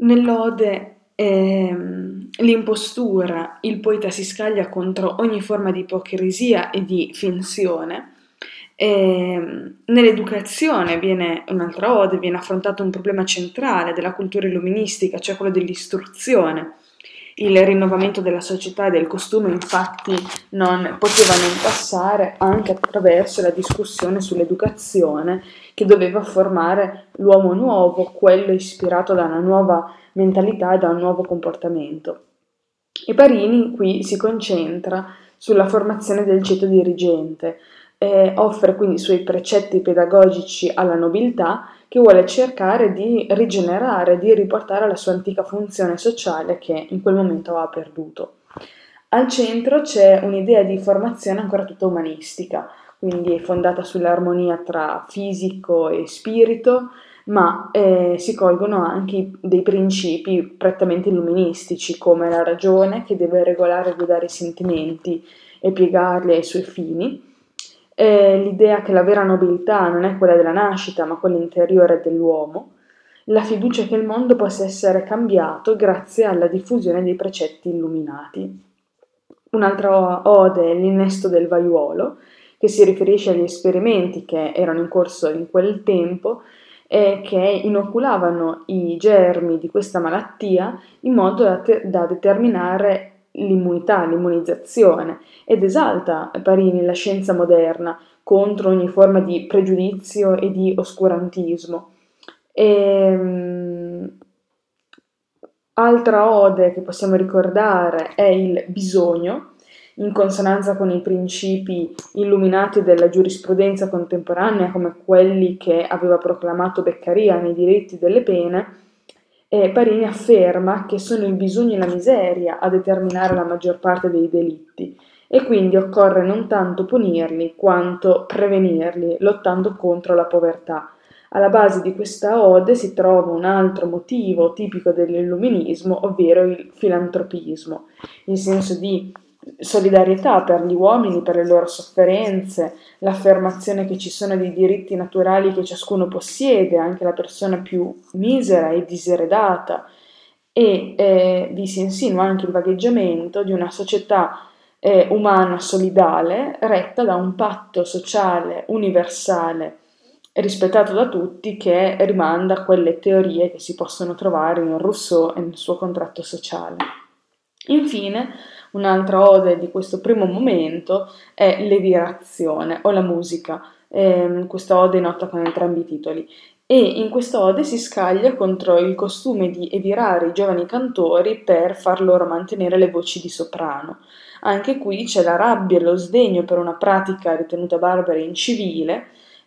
Nell'ode l'impostura, il poeta si scaglia contro ogni forma di ipocrisia e di finzione. Nell'educazione un'altra ode, viene affrontato un problema centrale della cultura illuministica, cioè quello dell'istruzione. Il rinnovamento della società e del costume infatti non poteva non passare anche attraverso la discussione sull'educazione che doveva formare l'uomo nuovo, quello ispirato da una nuova mentalità e da un nuovo comportamento. E Parini qui si concentra sulla formazione del ceto dirigente, offre quindi i suoi precetti pedagogici alla nobiltà che vuole cercare di rigenerare, di riportare alla sua antica funzione sociale che in quel momento aveva perduto. Al centro c'è un'idea di formazione ancora tutta umanistica, quindi è fondata sull'armonia tra fisico e spirito, ma si colgono anche dei principi prettamente illuministici, come la ragione che deve regolare e guidare i sentimenti e piegarli ai suoi fini, l'idea che la vera nobiltà non è quella della nascita, ma quella interiore dell'uomo, la fiducia che il mondo possa essere cambiato grazie alla diffusione dei precetti illuminati. Un'altra ode è l'innesto del vaiuolo, che si riferisce agli esperimenti che erano in corso in quel tempo e che inoculavano i germi di questa malattia in modo da determinare l'immunizzazione, ed esalta Parini la scienza moderna contro ogni forma di pregiudizio e di oscurantismo. Altra ode che possiamo ricordare è il bisogno, in consonanza con i principi illuminati della giurisprudenza contemporanea come quelli che aveva proclamato Beccaria nei diritti delle pene. Parini afferma che sono il bisogno e la miseria a determinare la maggior parte dei delitti e quindi occorre non tanto punirli quanto prevenirli, lottando contro la povertà. Alla base di questa ode si trova un altro motivo tipico dell'illuminismo, ovvero il filantropismo, il senso di solidarietà per gli uomini, per le loro sofferenze, l'affermazione che ci sono dei diritti naturali che ciascuno possiede, anche la persona più misera e diseredata, e vi si insinua anche il vagheggiamento di una società umana solidale, retta da un patto sociale universale rispettato da tutti, che rimanda a quelle teorie che si possono trovare in Rousseau e nel suo contratto sociale. Infine, un'altra ode di questo primo momento è l'evirazione o la musica. Questa ode è nota con entrambi i titoli. E in questa ode si scaglia contro il costume di evirare i giovani cantori per far loro mantenere le voci di soprano. Anche qui c'è la rabbia e lo sdegno per una pratica ritenuta barbara e incivile,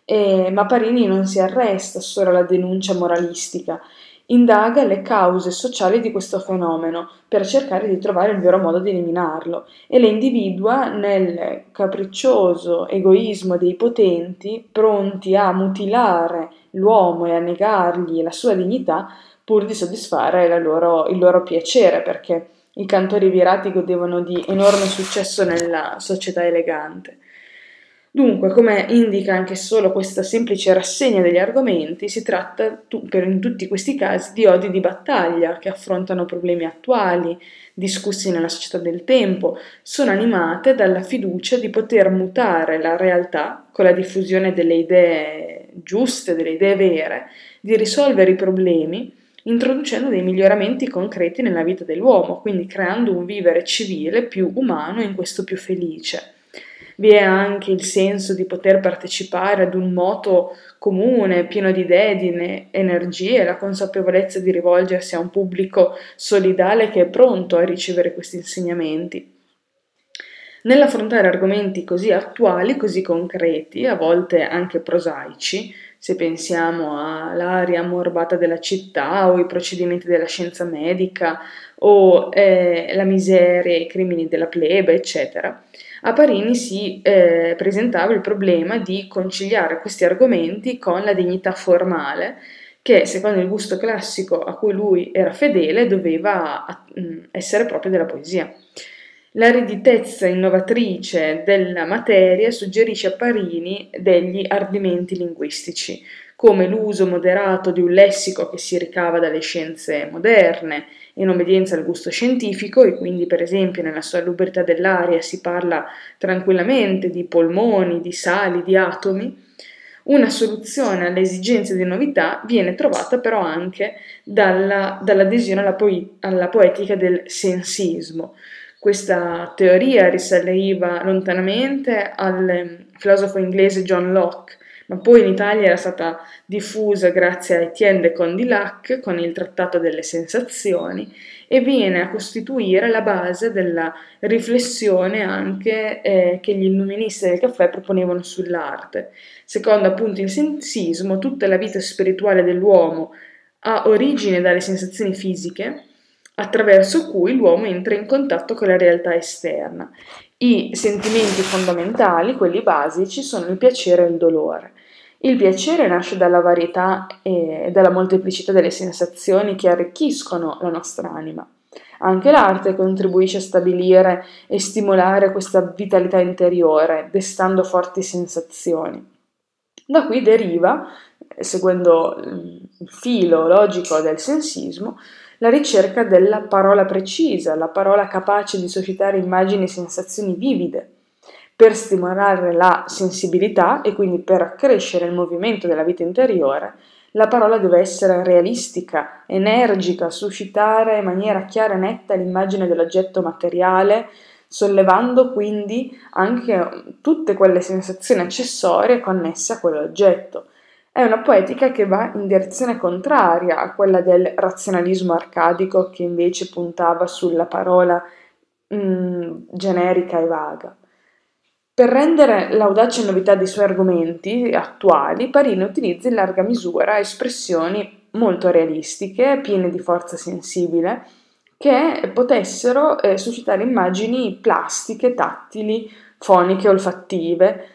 ma Parini non si arresta solo alla denuncia moralistica, indaga le cause sociali di questo fenomeno per cercare di trovare il vero modo di eliminarlo e le individua nel capriccioso egoismo dei potenti pronti a mutilare l'uomo e a negargli la sua dignità pur di soddisfare il loro piacere, perché i cantori virati godevano di enorme successo nella società elegante. Dunque, come indica anche solo questa semplice rassegna degli argomenti, si tratta in tutti questi casi di odi di battaglia che affrontano problemi attuali, discussi nella società del tempo, sono animate dalla fiducia di poter mutare la realtà con la diffusione delle idee giuste, delle idee vere, di risolvere i problemi introducendo dei miglioramenti concreti nella vita dell'uomo, quindi creando un vivere civile più umano e in questo più felice. Vi è anche il senso di poter partecipare ad un moto comune, pieno di idee, di energie, la consapevolezza di rivolgersi a un pubblico solidale che è pronto a ricevere questi insegnamenti. Nell'affrontare argomenti così attuali, così concreti, a volte anche prosaici, se pensiamo all'aria ammorbata della città o i procedimenti della scienza medica o la miseria e i crimini della plebe, eccetera, a Parini si presentava il problema di conciliare questi argomenti con la dignità formale che, secondo il gusto classico a cui lui era fedele, doveva essere proprio della poesia. L'ariditezza innovatrice della materia suggerisce a Parini degli ardimenti linguistici, come l'uso moderato di un lessico che si ricava dalle scienze moderne, in obbedienza al gusto scientifico, e quindi per esempio nella salubrità dell'aria si parla tranquillamente di polmoni, di sali, di atomi. Una soluzione alle esigenze di novità viene trovata però anche dall'adesione alla poetica del sensismo. Questa teoria risaliva lontanamente al filosofo inglese John Locke, ma poi in Italia era stata diffusa grazie a Étienne de Condillac con il Trattato delle Sensazioni e viene a costituire la base della riflessione anche che gli illuministi del caffè proponevano sull'arte. Secondo appunto il sensismo, tutta la vita spirituale dell'uomo ha origine dalle sensazioni fisiche, attraverso cui l'uomo entra in contatto con la realtà esterna. I sentimenti fondamentali, quelli basici, sono il piacere e il dolore. Il piacere nasce dalla varietà e dalla molteplicità delle sensazioni che arricchiscono la nostra anima. Anche l'arte contribuisce a stabilire e stimolare questa vitalità interiore, destando forti sensazioni. Da qui deriva, seguendo il filo logico del sensismo, la ricerca della parola precisa, la parola capace di suscitare immagini e sensazioni vivide. Per stimolare la sensibilità e quindi per accrescere il movimento della vita interiore, la parola deve essere realistica, energica, suscitare in maniera chiara e netta l'immagine dell'oggetto materiale, sollevando quindi anche tutte quelle sensazioni accessorie connesse a quell'oggetto. È una poetica che va in direzione contraria a quella del razionalismo arcadico che invece puntava sulla parola generica e vaga. Per rendere l'audace novità dei suoi argomenti attuali, Parini utilizza in larga misura espressioni molto realistiche, piene di forza sensibile, che potessero suscitare immagini plastiche, tattili, foniche, olfattive.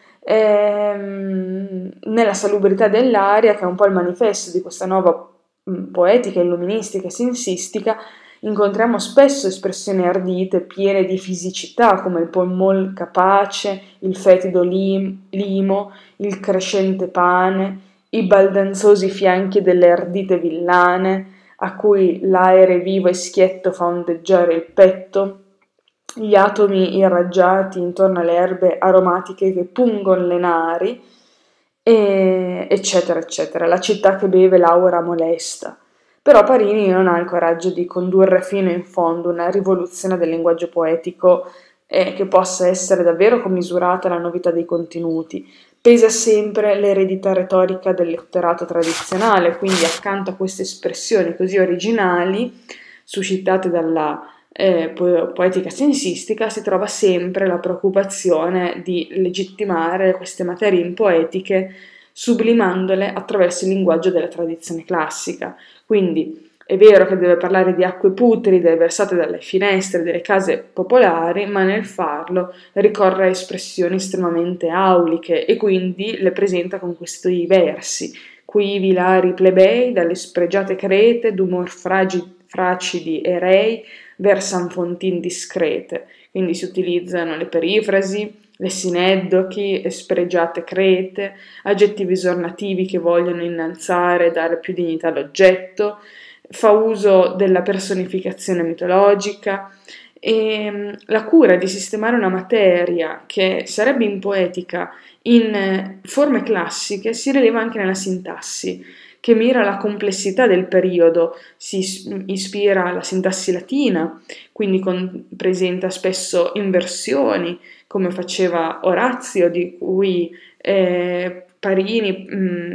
Nella salubrità dell'aria, che è un po' il manifesto di questa nuova poetica illuministica e sensistica, incontriamo spesso espressioni ardite, piene di fisicità, come il polmol capace, il fetido limo, il crescente pane, i baldanzosi fianchi delle ardite villane, a cui l'aere vivo e schietto fa ondeggiare il petto, gli atomi irraggiati intorno alle erbe aromatiche che pungono le nari, eccetera, eccetera, la città che beve l'aura molesta. Però Parini non ha il coraggio di condurre fino in fondo una rivoluzione del linguaggio poetico che possa essere davvero commisurata alla novità dei contenuti. Pesa sempre l'eredità retorica del letterato tradizionale, quindi accanto a queste espressioni così originali, suscitate dalla poetica sensistica, si trova sempre la preoccupazione di legittimare queste materie impoetiche sublimandole attraverso il linguaggio della tradizione classica. Quindi è vero che deve parlare di acque putride versate dalle finestre delle case popolari, ma nel farlo ricorre a espressioni estremamente auliche e quindi le presenta con questi versi: qui vilari plebei dalle spregiate crete d'umor fracidi e rei versan fontin discrete. Quindi si utilizzano le perifrasi, le sineddochi, spregiate crete, aggettivi esornativi che vogliono innalzare e dare più dignità all'oggetto, fa uso della personificazione mitologica e la cura di sistemare una materia che sarebbe impoetica in forme classiche si rileva anche nella sintassi, che mira alla complessità del periodo, si ispira alla sintassi latina, quindi presenta spesso inversioni, come faceva Orazio, di cui Parini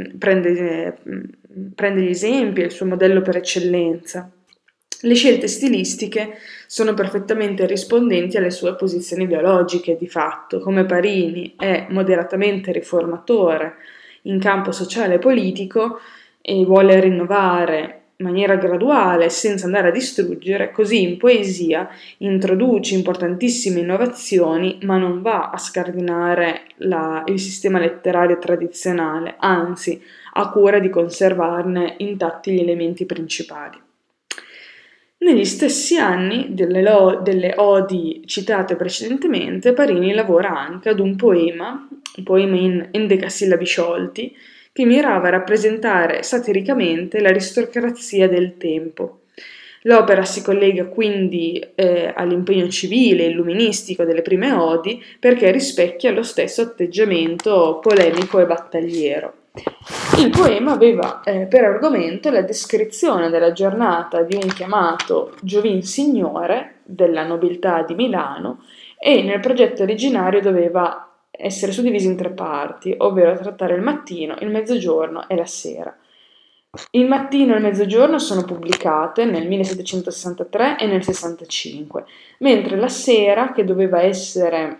prende gli esempi, è il suo modello per eccellenza. Le scelte stilistiche sono perfettamente rispondenti alle sue posizioni ideologiche, di fatto, come Parini è moderatamente riformatore in campo sociale e politico e vuole rinnovare in maniera graduale, senza andare a distruggere, così in poesia introduce importantissime innovazioni, ma non va a scardinare il sistema letterario tradizionale, anzi ha cura di conservarne intatti gli elementi principali. Negli stessi anni delle odi citate precedentemente, Parini lavora anche ad un poema in endecasillabi sciolti, che mirava a rappresentare satiricamente l'aristocrazia del tempo. L'opera si collega quindi all'impegno civile e illuministico delle prime odi perché rispecchia lo stesso atteggiamento polemico e battagliero. Il poema aveva per argomento la descrizione della giornata di un chiamato Giovin Signore della nobiltà di Milano e nel progetto originario doveva essere suddiviso in tre parti, ovvero trattare il mattino, il mezzogiorno e la sera. Il mattino e il mezzogiorno sono pubblicate nel 1763 e nel 65, mentre la sera, che doveva essere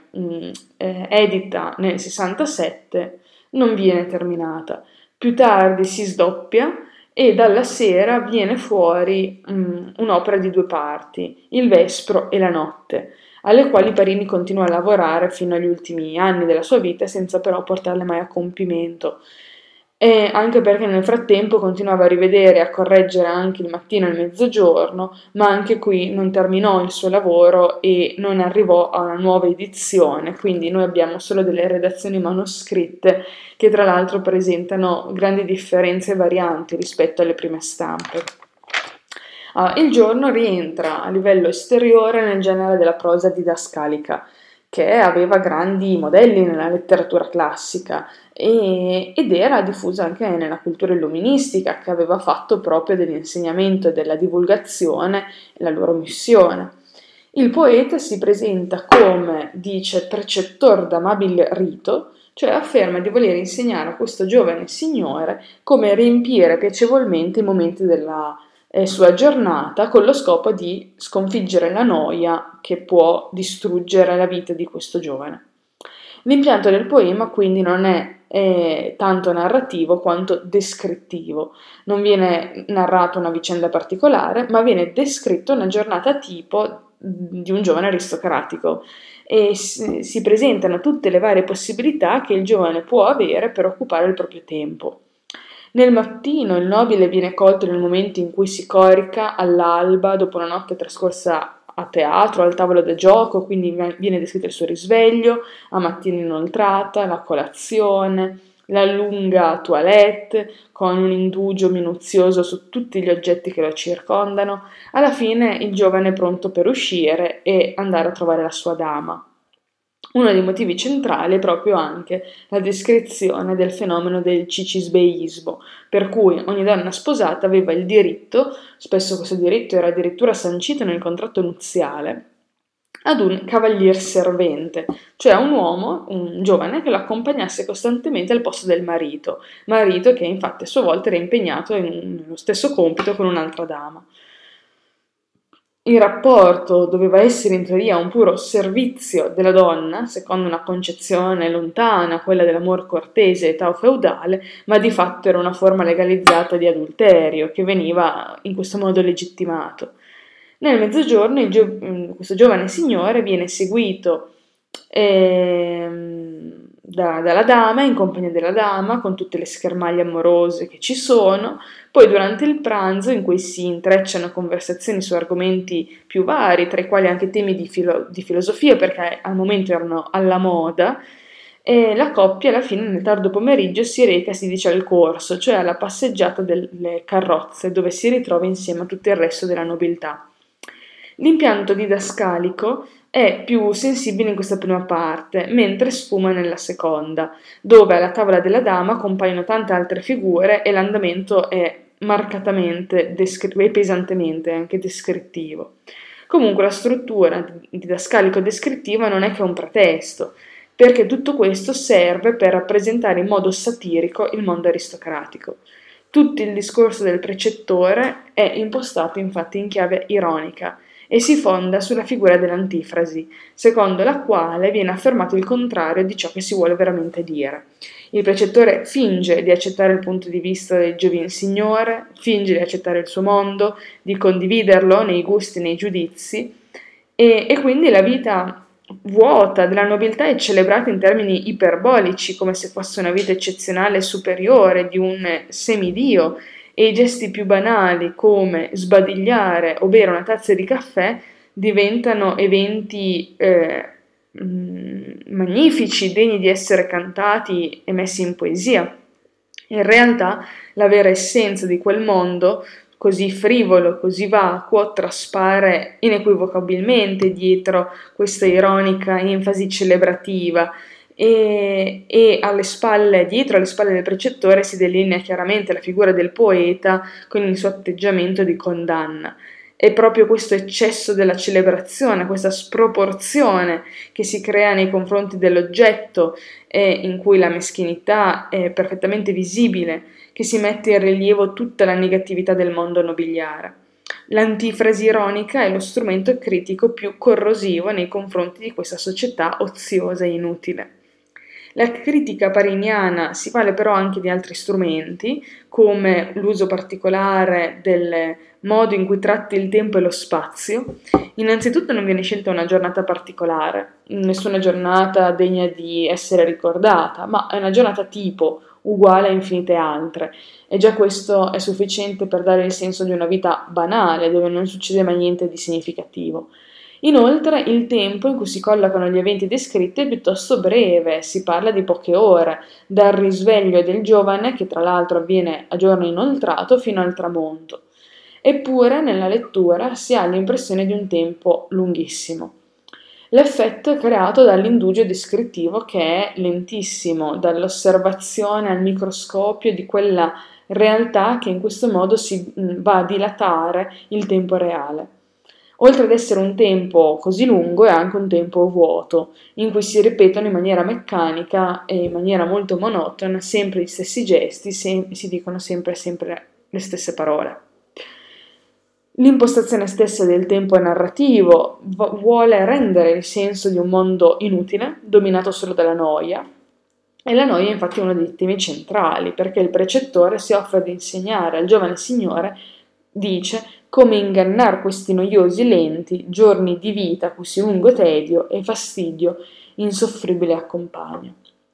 edita nel 67, non viene terminata. Più tardi si sdoppia e dalla sera viene fuori un'opera di due parti, il Vespro e la Notte, alle quali Parini continua a lavorare fino agli ultimi anni della sua vita senza però portarle mai a compimento. E anche perché nel frattempo continuava a rivedere e a correggere anche il mattino e il mezzogiorno, ma anche qui non terminò il suo lavoro e non arrivò a una nuova edizione, quindi noi abbiamo solo delle redazioni manoscritte che tra l'altro presentano grandi differenze e varianti rispetto alle prime stampe. Il giorno rientra a livello esteriore nel genere della prosa didascalica, che aveva grandi modelli nella letteratura classica ed era diffusa anche nella cultura illuministica, che aveva fatto proprio dell'insegnamento e della divulgazione la loro missione. Il poeta si presenta come, dice, precettor d'amabil rito, cioè afferma di voler insegnare a questo giovane signore come riempire piacevolmente i momenti della sua giornata con lo scopo di sconfiggere la noia che può distruggere la vita di questo giovane. L'impianto del poema quindi non è tanto narrativo quanto descrittivo. Non viene narrata una vicenda particolare, ma viene descritta una giornata tipo di un giovane aristocratico e si presentano tutte le varie possibilità che il giovane può avere per occupare il proprio tempo. Nel mattino il nobile viene colto nel momento in cui si corica all'alba dopo una notte trascorsa a teatro, al tavolo da gioco, quindi viene descritto il suo risveglio, a mattina inoltrata, la colazione, la lunga toilette con un indugio minuzioso su tutti gli oggetti che lo circondano. Alla fine il giovane è pronto per uscire e andare a trovare la sua dama. Uno dei motivi centrali è proprio anche la descrizione del fenomeno del cicisbeismo, per cui ogni donna sposata aveva il diritto, spesso questo diritto era addirittura sancito nel contratto nuziale, ad un cavalier servente, cioè un uomo, un giovane che lo accompagnasse costantemente al posto del marito che infatti a sua volta era impegnato nello stesso compito con un'altra dama. Il rapporto doveva essere in teoria un puro servizio della donna, secondo una concezione lontana, quella dell'amor cortese età feudale, ma di fatto era una forma legalizzata di adulterio che veniva in questo modo legittimato. Nel mezzogiorno questo giovane signore viene seguito dalla dama, in compagnia della dama, con tutte le schermaglie amorose che ci sono. Poi durante il pranzo, in cui si intrecciano conversazioni su argomenti più vari, tra i quali anche temi di filosofia, perché al momento erano alla moda, e la coppia alla fine nel tardo pomeriggio si reca, si dice, al corso, cioè alla passeggiata delle carrozze, dove si ritrova insieme a tutto il resto della nobiltà. L'impianto didascalico è più sensibile in questa prima parte, mentre sfuma nella seconda, dove alla tavola della dama compaiono tante altre figure e l'andamento è marcatamente e pesantemente anche descrittivo. Comunque la struttura didascalico-descrittiva non è che un pretesto, perché tutto questo serve per rappresentare in modo satirico il mondo aristocratico. Tutto il discorso del precettore è impostato infatti in chiave ironica e si fonda sulla figura dell'antifrasi, secondo la quale viene affermato il contrario di ciò che si vuole veramente dire. Il precettore finge di accettare il punto di vista del giovin signore, finge di accettare il suo mondo, di condividerlo nei gusti e nei giudizi, e quindi la vita vuota della nobiltà è celebrata in termini iperbolici, come se fosse una vita eccezionale e superiore di un semidio, e i gesti più banali come sbadigliare o bere una tazza di caffè diventano eventi magnifici, degni di essere cantati e messi in poesia. In realtà la vera essenza di quel mondo, così frivolo, così vacuo, traspare inequivocabilmente dietro questa ironica enfasi celebrativa e dietro alle spalle del precettore si delinea chiaramente la figura del poeta con il suo atteggiamento di condanna. È proprio questo eccesso della celebrazione, questa sproporzione che si crea nei confronti dell'oggetto e in cui la meschinità è perfettamente visibile, che si mette in rilievo tutta la negatività del mondo nobiliare. L'antifrasi ironica è lo strumento critico più corrosivo nei confronti di questa società oziosa e inutile. La critica pariniana si vale però anche di altri strumenti, come l'uso particolare del modo in cui tratti il tempo e lo spazio. Innanzitutto non viene scelta una giornata particolare, nessuna giornata degna di essere ricordata, ma è una giornata tipo, uguale a infinite altre, e già questo è sufficiente per dare il senso di una vita banale, dove non succede mai niente di significativo. Inoltre, il tempo in cui si collocano gli eventi descritti è piuttosto breve, si parla di poche ore, dal risveglio del giovane, che tra l'altro avviene a giorno inoltrato, fino al tramonto. Eppure, nella lettura si ha l'impressione di un tempo lunghissimo. L'effetto è creato dall'indugio descrittivo che è lentissimo, dall'osservazione al microscopio di quella realtà che in questo modo si va a dilatare il tempo reale. Oltre ad essere un tempo così lungo, è anche un tempo vuoto, in cui si ripetono in maniera meccanica e in maniera molto monotona sempre gli stessi gesti, si dicono sempre le stesse parole. L'impostazione stessa del tempo narrativo vuole rendere il senso di un mondo inutile, dominato solo dalla noia, e la noia è infatti uno dei temi centrali, perché il precettore si offre di insegnare al giovane signore, dice, come ingannar questi noiosi lenti giorni di vita così lungo tedio e fastidio insoffribile accompagno.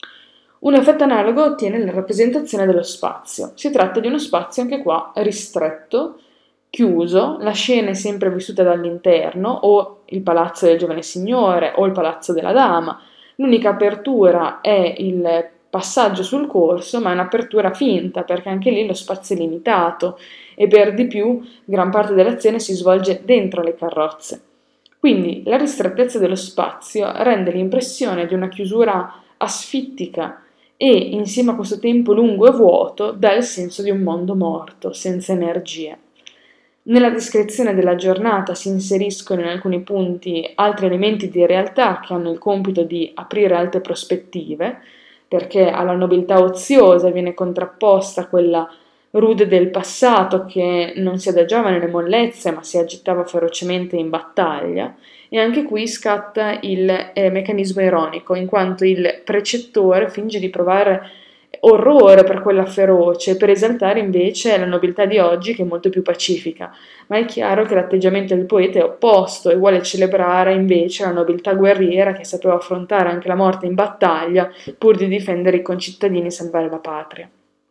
Un effetto analogo ottiene la rappresentazione dello spazio. Si tratta di uno spazio anche qua ristretto, chiuso, la scena è sempre vissuta dall'interno, o il palazzo del giovane signore o il palazzo della dama. L'unica apertura è il passaggio sul corso, ma è un'apertura finta, perché anche lì lo spazio è limitato e per di più gran parte dell'azione si svolge dentro le carrozze. Quindi la ristrettezza dello spazio rende l'impressione di una chiusura asfittica e, insieme a questo tempo lungo e vuoto, dà il senso di un mondo morto, senza energie. Nella descrizione della giornata si inseriscono in alcuni punti altri elementi di realtà che hanno il compito di aprire altre prospettive, perché alla nobiltà oziosa viene contrapposta quella rude del passato che non si adagiava nelle mollezze ma si agitava ferocemente in battaglia, e anche qui scatta il meccanismo ironico, in quanto il precettore finge di provare orrore per quella feroce, per esaltare invece la nobiltà di oggi che è molto più pacifica, ma è chiaro che l'atteggiamento del poeta è opposto e vuole celebrare invece la nobiltà guerriera che sapeva affrontare anche la morte in battaglia pur di difendere i concittadini e salvare la patria.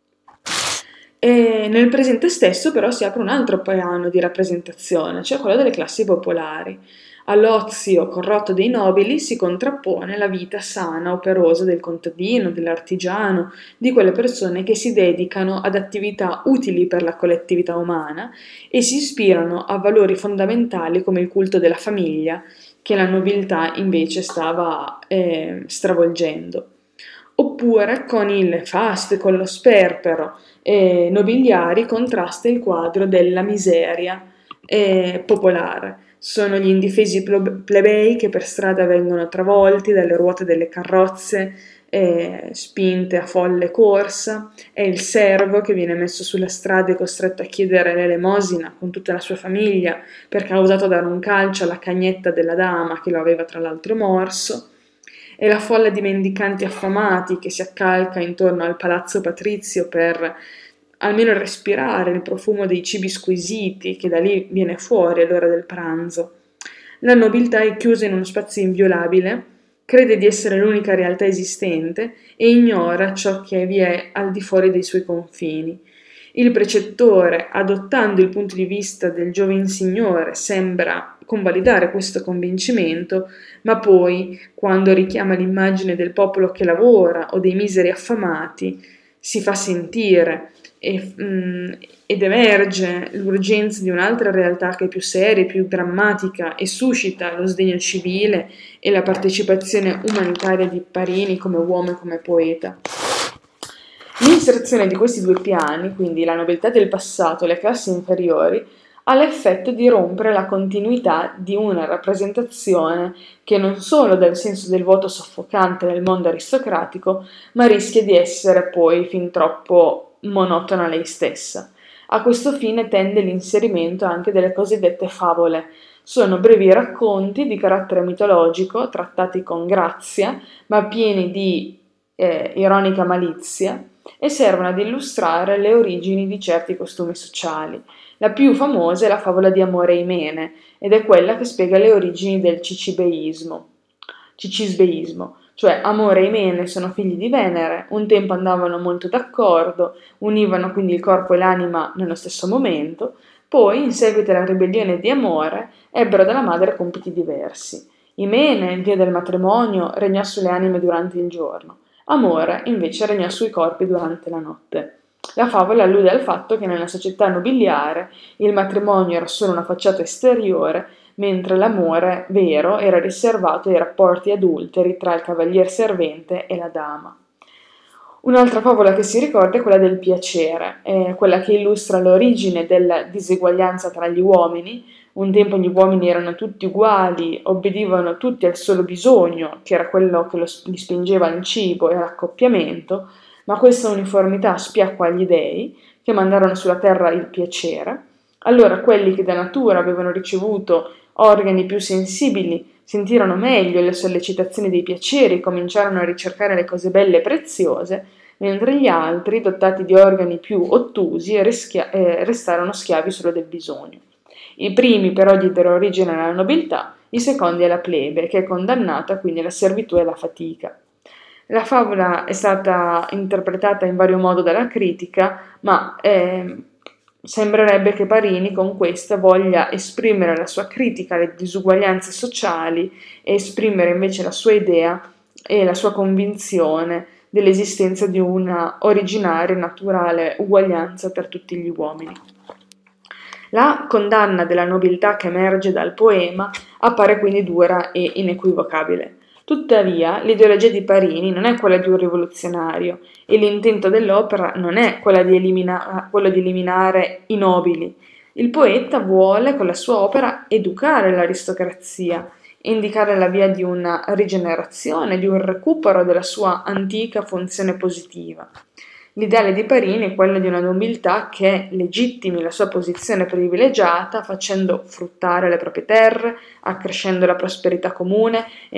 E nel presente stesso però si apre un altro piano di rappresentazione, cioè quello delle classi popolari. All'ozio corrotto dei nobili si contrappone la vita sana, operosa del contadino, dell'artigiano, di quelle persone che si dedicano ad attività utili per la collettività umana e si ispirano a valori fondamentali come il culto della famiglia, che la nobiltà invece stava stravolgendo. Oppure con il fasto e con lo sperpero nobiliari contrasta il quadro della miseria popolare. Sono gli indifesi plebei che per strada vengono travolti dalle ruote delle carrozze spinte a folle corsa, è il servo che viene messo sulla strada e costretto a chiedere l'elemosina con tutta la sua famiglia perché ha osato dare un calcio alla cagnetta della dama che lo aveva tra l'altro morso. È la folla di mendicanti affamati che si accalca intorno al palazzo patrizio per almeno respirare il profumo dei cibi squisiti che da lì viene fuori all'ora del pranzo. La nobiltà è chiusa in uno spazio inviolabile, crede di essere l'unica realtà esistente e ignora ciò che vi è al di fuori dei suoi confini. Il precettore, adottando il punto di vista del gioven signore, sembra convalidare questo convincimento, ma poi, quando richiama l'immagine del popolo che lavora o dei miseri affamati, si fa sentire ed emerge l'urgenza di un'altra realtà che è più seria, più drammatica e suscita lo sdegno civile e la partecipazione umanitaria di Parini come uomo e come poeta. L'inserzione di questi due piani, quindi la nobiltà del passato e le classi inferiori, ha l'effetto di rompere la continuità di una rappresentazione che non solo dà il senso del voto soffocante nel mondo aristocratico, ma rischia di essere poi fin troppo monotona lei stessa. A questo fine tende l'inserimento anche delle cosiddette favole. Sono brevi racconti di carattere mitologico, trattati con grazia, ma pieni di ironica malizia, e servono ad illustrare le origini di certi costumi sociali. La più famosa è la favola di Amore e Imene, ed è quella che spiega le origini del cicisbeismo, cioè Amore e Imene sono figli di Venere, un tempo andavano molto d'accordo, univano quindi il corpo e l'anima nello stesso momento, poi, in seguito alla ribellione di Amore, ebbero dalla madre compiti diversi. Imene, il dio del matrimonio, regnò sulle anime durante il giorno. Amore, invece, regnò sui corpi durante la notte. La favola allude al fatto che nella società nobiliare il matrimonio era solo una facciata esteriore, mentre l'amore vero era riservato ai rapporti adulteri tra il cavalier servente e la dama. Un'altra favola che si ricorda è quella del piacere, è quella che illustra l'origine della diseguaglianza tra gli uomini. Un tempo gli uomini erano tutti uguali, obbedivano tutti al solo bisogno, che era quello che li spingeva al cibo e all'accoppiamento, ma questa uniformità spiacque agli dei, che mandarono sulla terra il piacere. Allora quelli che da natura avevano ricevuto organi più sensibili sentirono meglio le sollecitazioni dei piaceri e cominciarono a ricercare le cose belle e preziose, mentre gli altri, dotati di organi più ottusi, restarono schiavi solo del bisogno. I primi però diedero origine alla nobiltà, i secondi alla plebe, che è condannata quindi alla servitù e alla fatica. La favola è stata interpretata in vario modo dalla critica, ma sembrerebbe che Parini con questa voglia esprimere la sua critica alle disuguaglianze sociali e esprimere invece la sua idea e la sua convinzione dell'esistenza di una originaria e naturale uguaglianza per tutti gli uomini. La condanna della nobiltà che emerge dal poema appare quindi dura e inequivocabile. Tuttavia, l'ideologia di Parini non è quella di un rivoluzionario e l'intento dell'opera non è quello di eliminare i nobili. Il poeta vuole con la sua opera educare l'aristocrazia, indicare la via di una rigenerazione, di un recupero della sua antica funzione positiva. L'ideale di Parini è quello di una nobiltà che legittimi la sua posizione privilegiata facendo fruttare le proprie terre, accrescendo la prosperità comune e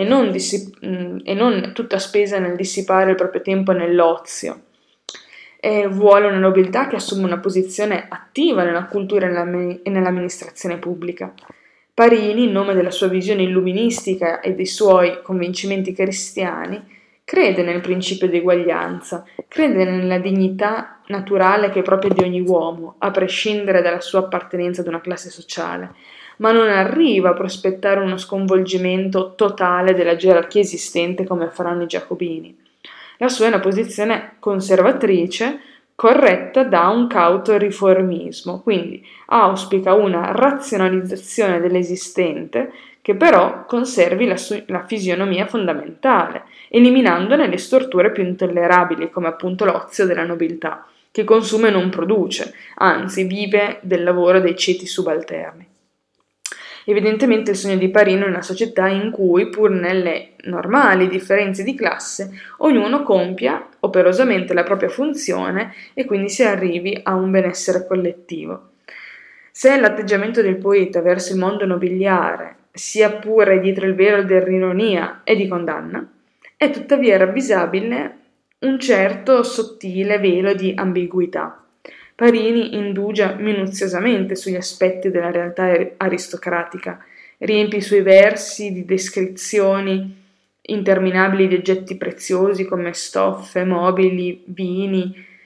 non tutta spesa nel dissipare il proprio tempo nell'ozio. E vuole una nobiltà che assume una posizione attiva nella cultura e nell'amministrazione pubblica. Parini, in nome della sua visione illuministica e dei suoi convincimenti cristiani, crede nel principio di eguaglianza, crede nella dignità naturale che è propria di ogni uomo, a prescindere dalla sua appartenenza ad una classe sociale, ma non arriva a prospettare uno sconvolgimento totale della gerarchia esistente come faranno i giacobini. La sua è una posizione conservatrice, corretta da un cauto riformismo, quindi auspica una razionalizzazione dell'esistente che però conservi la fisionomia fondamentale, eliminandone le storture più intollerabili, come appunto l'ozio della nobiltà, che consuma e non produce, anzi vive del lavoro dei ceti subalterni. Evidentemente il sogno di Parini è una società in cui, pur nelle normali differenze di classe, ognuno compia operosamente la propria funzione e quindi si arrivi a un benessere collettivo. Se l'atteggiamento del poeta verso il mondo nobiliare, sia pure dietro il velo dell'ironia e di condanna, è tuttavia ravvisabile un certo sottile velo di ambiguità. Parini indugia minuziosamente sugli aspetti della realtà aristocratica, riempie i suoi versi di descrizioni interminabili di oggetti preziosi come stoffe, mobili, vini,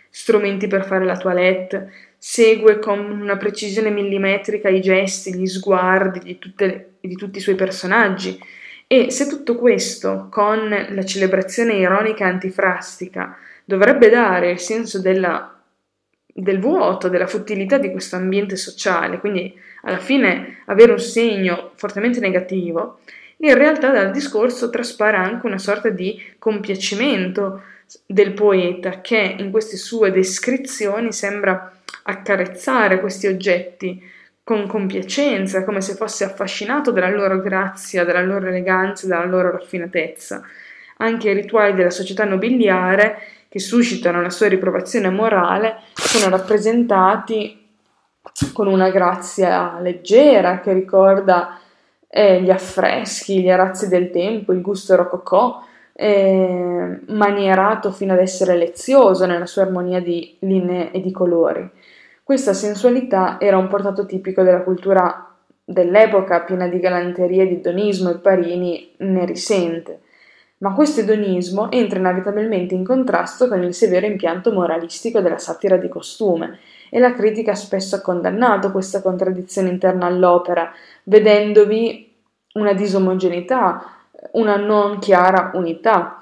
strumenti per fare la toilette, segue con una precisione millimetrica i gesti, gli sguardi di tutti i suoi personaggi. E se tutto questo, con la celebrazione ironica e antifrastica, dovrebbe dare il senso del vuoto, della futilità di questo ambiente sociale, quindi alla fine avere un segno fortemente negativo, in realtà dal discorso traspare anche una sorta di compiacimento del poeta che in queste sue descrizioni sembra accarezzare questi oggetti con compiacenza, come se fosse affascinato dalla loro grazia, dalla loro eleganza, dalla loro raffinatezza. Anche i rituali della società nobiliare, che suscitano la sua riprovazione morale, sono rappresentati con una grazia leggera che ricorda gli affreschi, gli arazzi del tempo, il gusto rococò, manierato fino ad essere lezioso nella sua armonia di linee e di colori. Questa sensualità era un portato tipico della cultura dell'epoca, piena di galanteria, di edonismo, e Parini ne risente. Ma questo edonismo entra inevitabilmente in contrasto con il severo impianto moralistico della satira di costume, e la critica spesso ha condannato questa contraddizione interna all'opera, vedendovi una disomogeneità, una non chiara unità.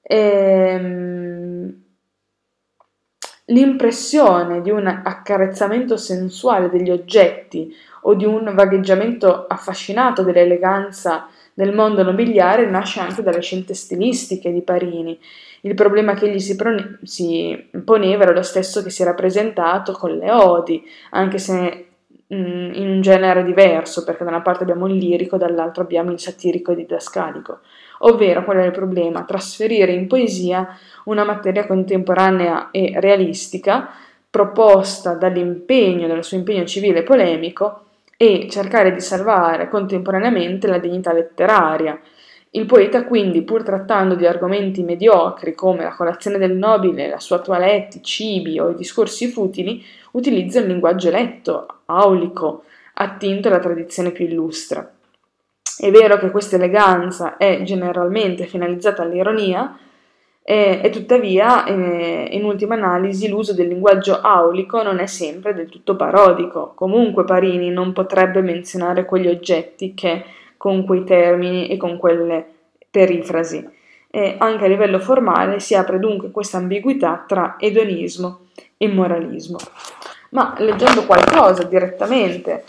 L'impressione di un accarezzamento sensuale degli oggetti o di un vagheggiamento affascinato dell'eleganza del mondo nobiliare nasce anche dalle scelte stilistiche di Parini. Il problema che egli si poneva era lo stesso che si era presentato con le odi, anche se in un genere diverso, perché da una parte abbiamo il lirico, dall'altro abbiamo il satirico e didascalico. Ovvero, qual è il problema? Trasferire in poesia una materia contemporanea e realistica, proposta dal suo impegno civile e polemico, e cercare di salvare contemporaneamente la dignità letteraria. Il poeta quindi, pur trattando di argomenti mediocri come la colazione del nobile, la sua toilette, i cibi o i discorsi futili, utilizza un linguaggio letto, aulico, attinto alla tradizione più illustre. È vero che questa eleganza è generalmente finalizzata all'ironia, e tuttavia, in ultima analisi, l'uso del linguaggio aulico non è sempre del tutto parodico. Comunque Parini non potrebbe menzionare quegli oggetti che con quei termini e con quelle perifrasi. E anche a livello formale si apre dunque questa ambiguità tra edonismo e moralismo. Ma leggendo qualcosa direttamente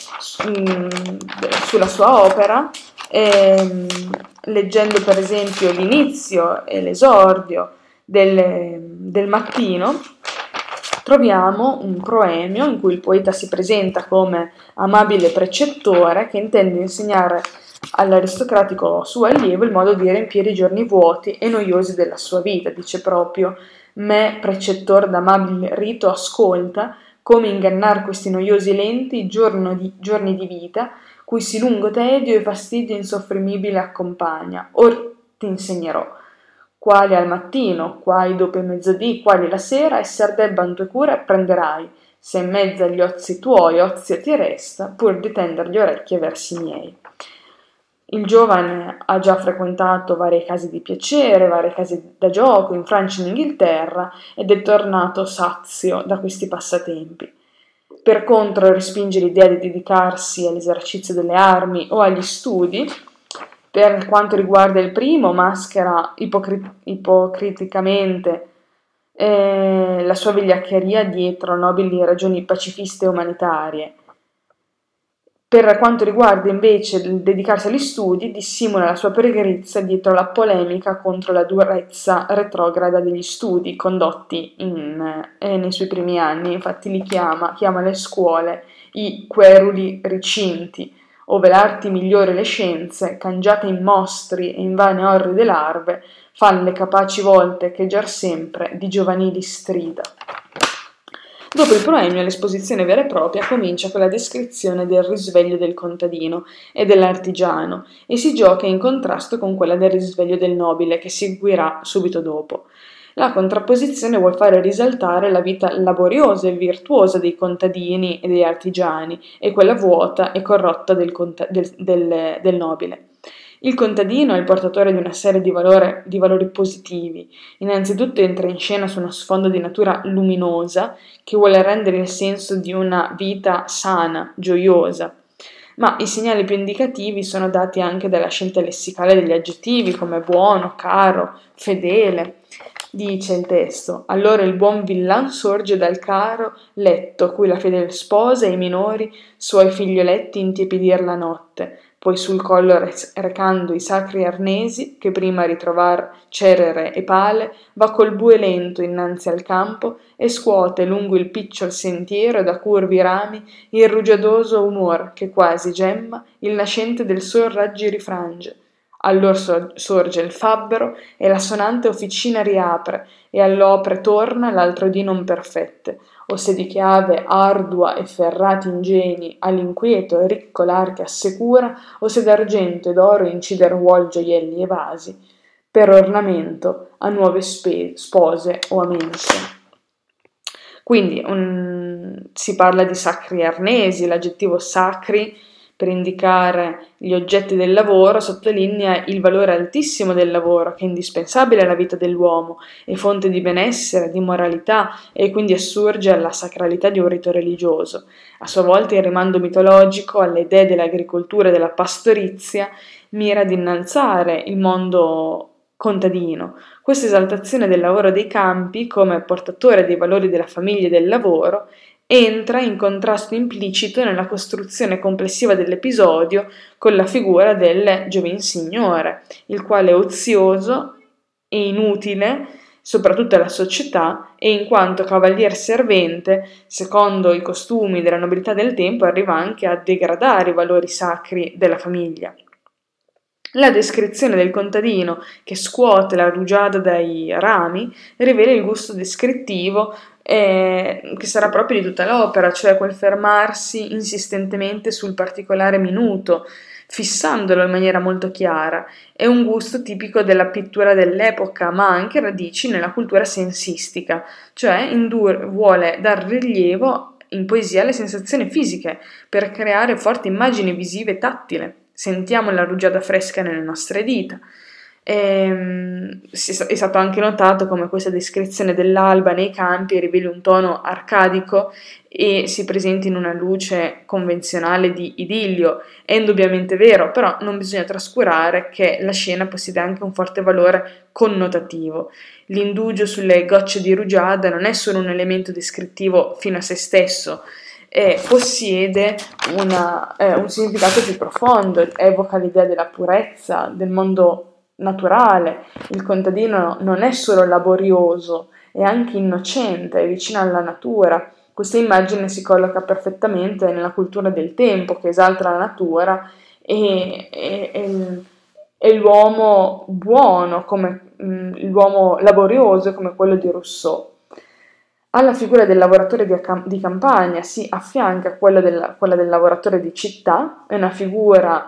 sulla sua opera, leggendo per esempio l'inizio e l'esordio del mattino, troviamo un proemio in cui il poeta si presenta come amabile precettore che intende insegnare all'aristocratico suo allievo il modo di riempire i giorni vuoti e noiosi della sua vita. Dice proprio: me, precettor d'amabile rito, ascolta come ingannar questi noiosi lenti giorni di vita, cui sì lungo tedio e fastidio insoffrimibile accompagna. Or ti insegnerò quali al mattino, quali dopo il mezzodì, quali la sera, esser debban tue cure apprenderai, se in mezzo agli ozi tuoi ozio ti resta, pur di tender le orecchie versi miei. Il giovane ha già frequentato varie case di piacere, varie case da gioco in Francia e in Inghilterra ed è tornato sazio da questi passatempi. Per contro respinge l'idea di dedicarsi all'esercizio delle armi o agli studi. Per quanto riguarda il primo, maschera ipocriticamente la sua vigliaccheria dietro nobili ragioni pacifiste e umanitarie. Per quanto riguarda invece il dedicarsi agli studi, dissimula la sua pregrizia dietro la polemica contro la durezza retrograda degli studi condotti nei suoi primi anni. Infatti li chiama le scuole i queruli ricinti, ove l'arti migliore le scienze, cangiate in mostri e in vane orride larve, fan le capaci volte che giar sempre di giovanili strida. Dopo il proemio, l'esposizione vera e propria comincia con la descrizione del risveglio del contadino e dell'artigiano e si gioca in contrasto con quella del risveglio del nobile che seguirà subito dopo. La contrapposizione vuol fare risaltare la vita laboriosa e virtuosa dei contadini e degli artigiani e quella vuota e corrotta del nobile. Il contadino è il portatore di una serie di valori positivi. Innanzitutto entra in scena su uno sfondo di natura luminosa che vuole rendere il senso di una vita sana, gioiosa. Ma i segnali più indicativi sono dati anche dalla scelta lessicale degli aggettivi come buono, caro, fedele. Dice il testo: allora il buon villan sorge dal caro letto, cui la fedel sposa e i minori suoi figlioletti intiepidir la notte, poi sul collo recando i sacri arnesi, che prima ritrovar cerere e pale, va col bue lento innanzi al campo e scuote lungo il picciol sentiero da curvi rami il rugiadoso umor che quasi gemma il nascente del sol raggi rifrange. Allor sorge il fabbro e la sonante officina riapre e all'opre torna l'altro dì non perfette, o se di chiave ardua e ferrati ingegni all'inquieto e ricco l'arte assecura, o se d'argento e d'oro incider vuol gioielli e vasi, per ornamento a nuove spose o a mense. Quindi si parla di sacri arnesi, l'aggettivo sacri per indicare gli oggetti del lavoro sottolinea il valore altissimo del lavoro che è indispensabile alla vita dell'uomo, è fonte di benessere, di moralità e quindi assurge alla sacralità di un rito religioso. A sua volta il rimando mitologico alle idee dell'agricoltura e della pastorizia mira ad innalzare il mondo contadino. Questa esaltazione del lavoro dei campi come portatore dei valori della famiglia e del lavoro entra in contrasto implicito nella costruzione complessiva dell'episodio con la figura del giovinsignore, il quale è ozioso e inutile, soprattutto alla società, e in quanto cavalier servente, secondo i costumi della nobiltà del tempo, arriva anche a degradare i valori sacri della famiglia. La descrizione del contadino che scuote la rugiada dai rami rivela il gusto descrittivo che sarà proprio di tutta l'opera, cioè quel fermarsi insistentemente sul particolare minuto, fissandolo in maniera molto chiara. È un gusto tipico della pittura dell'epoca, ma ha anche radici nella cultura sensistica, cioè vuole dar rilievo in poesia alle sensazioni fisiche per creare forti immagini visive e tattile. Sentiamo la rugiada fresca nelle nostre dita. È stato anche notato come questa descrizione dell'alba nei campi riveli un tono arcadico e si presenti in una luce convenzionale di idillio. È indubbiamente vero, però non bisogna trascurare che la scena possiede anche un forte valore connotativo. L'indugio sulle gocce di rugiada non è solo un elemento descrittivo fino a se stesso, possiede un significato più profondo, evoca l'idea della purezza, del mondo naturale. Il contadino non è solo laborioso, è anche innocente, è vicino alla natura. Questa immagine si colloca perfettamente nella cultura del tempo che esalta la natura e l'uomo buono, come l'uomo laborioso come quello di Rousseau. Alla figura del lavoratore di campagna si affianca quella del lavoratore di città, è una figura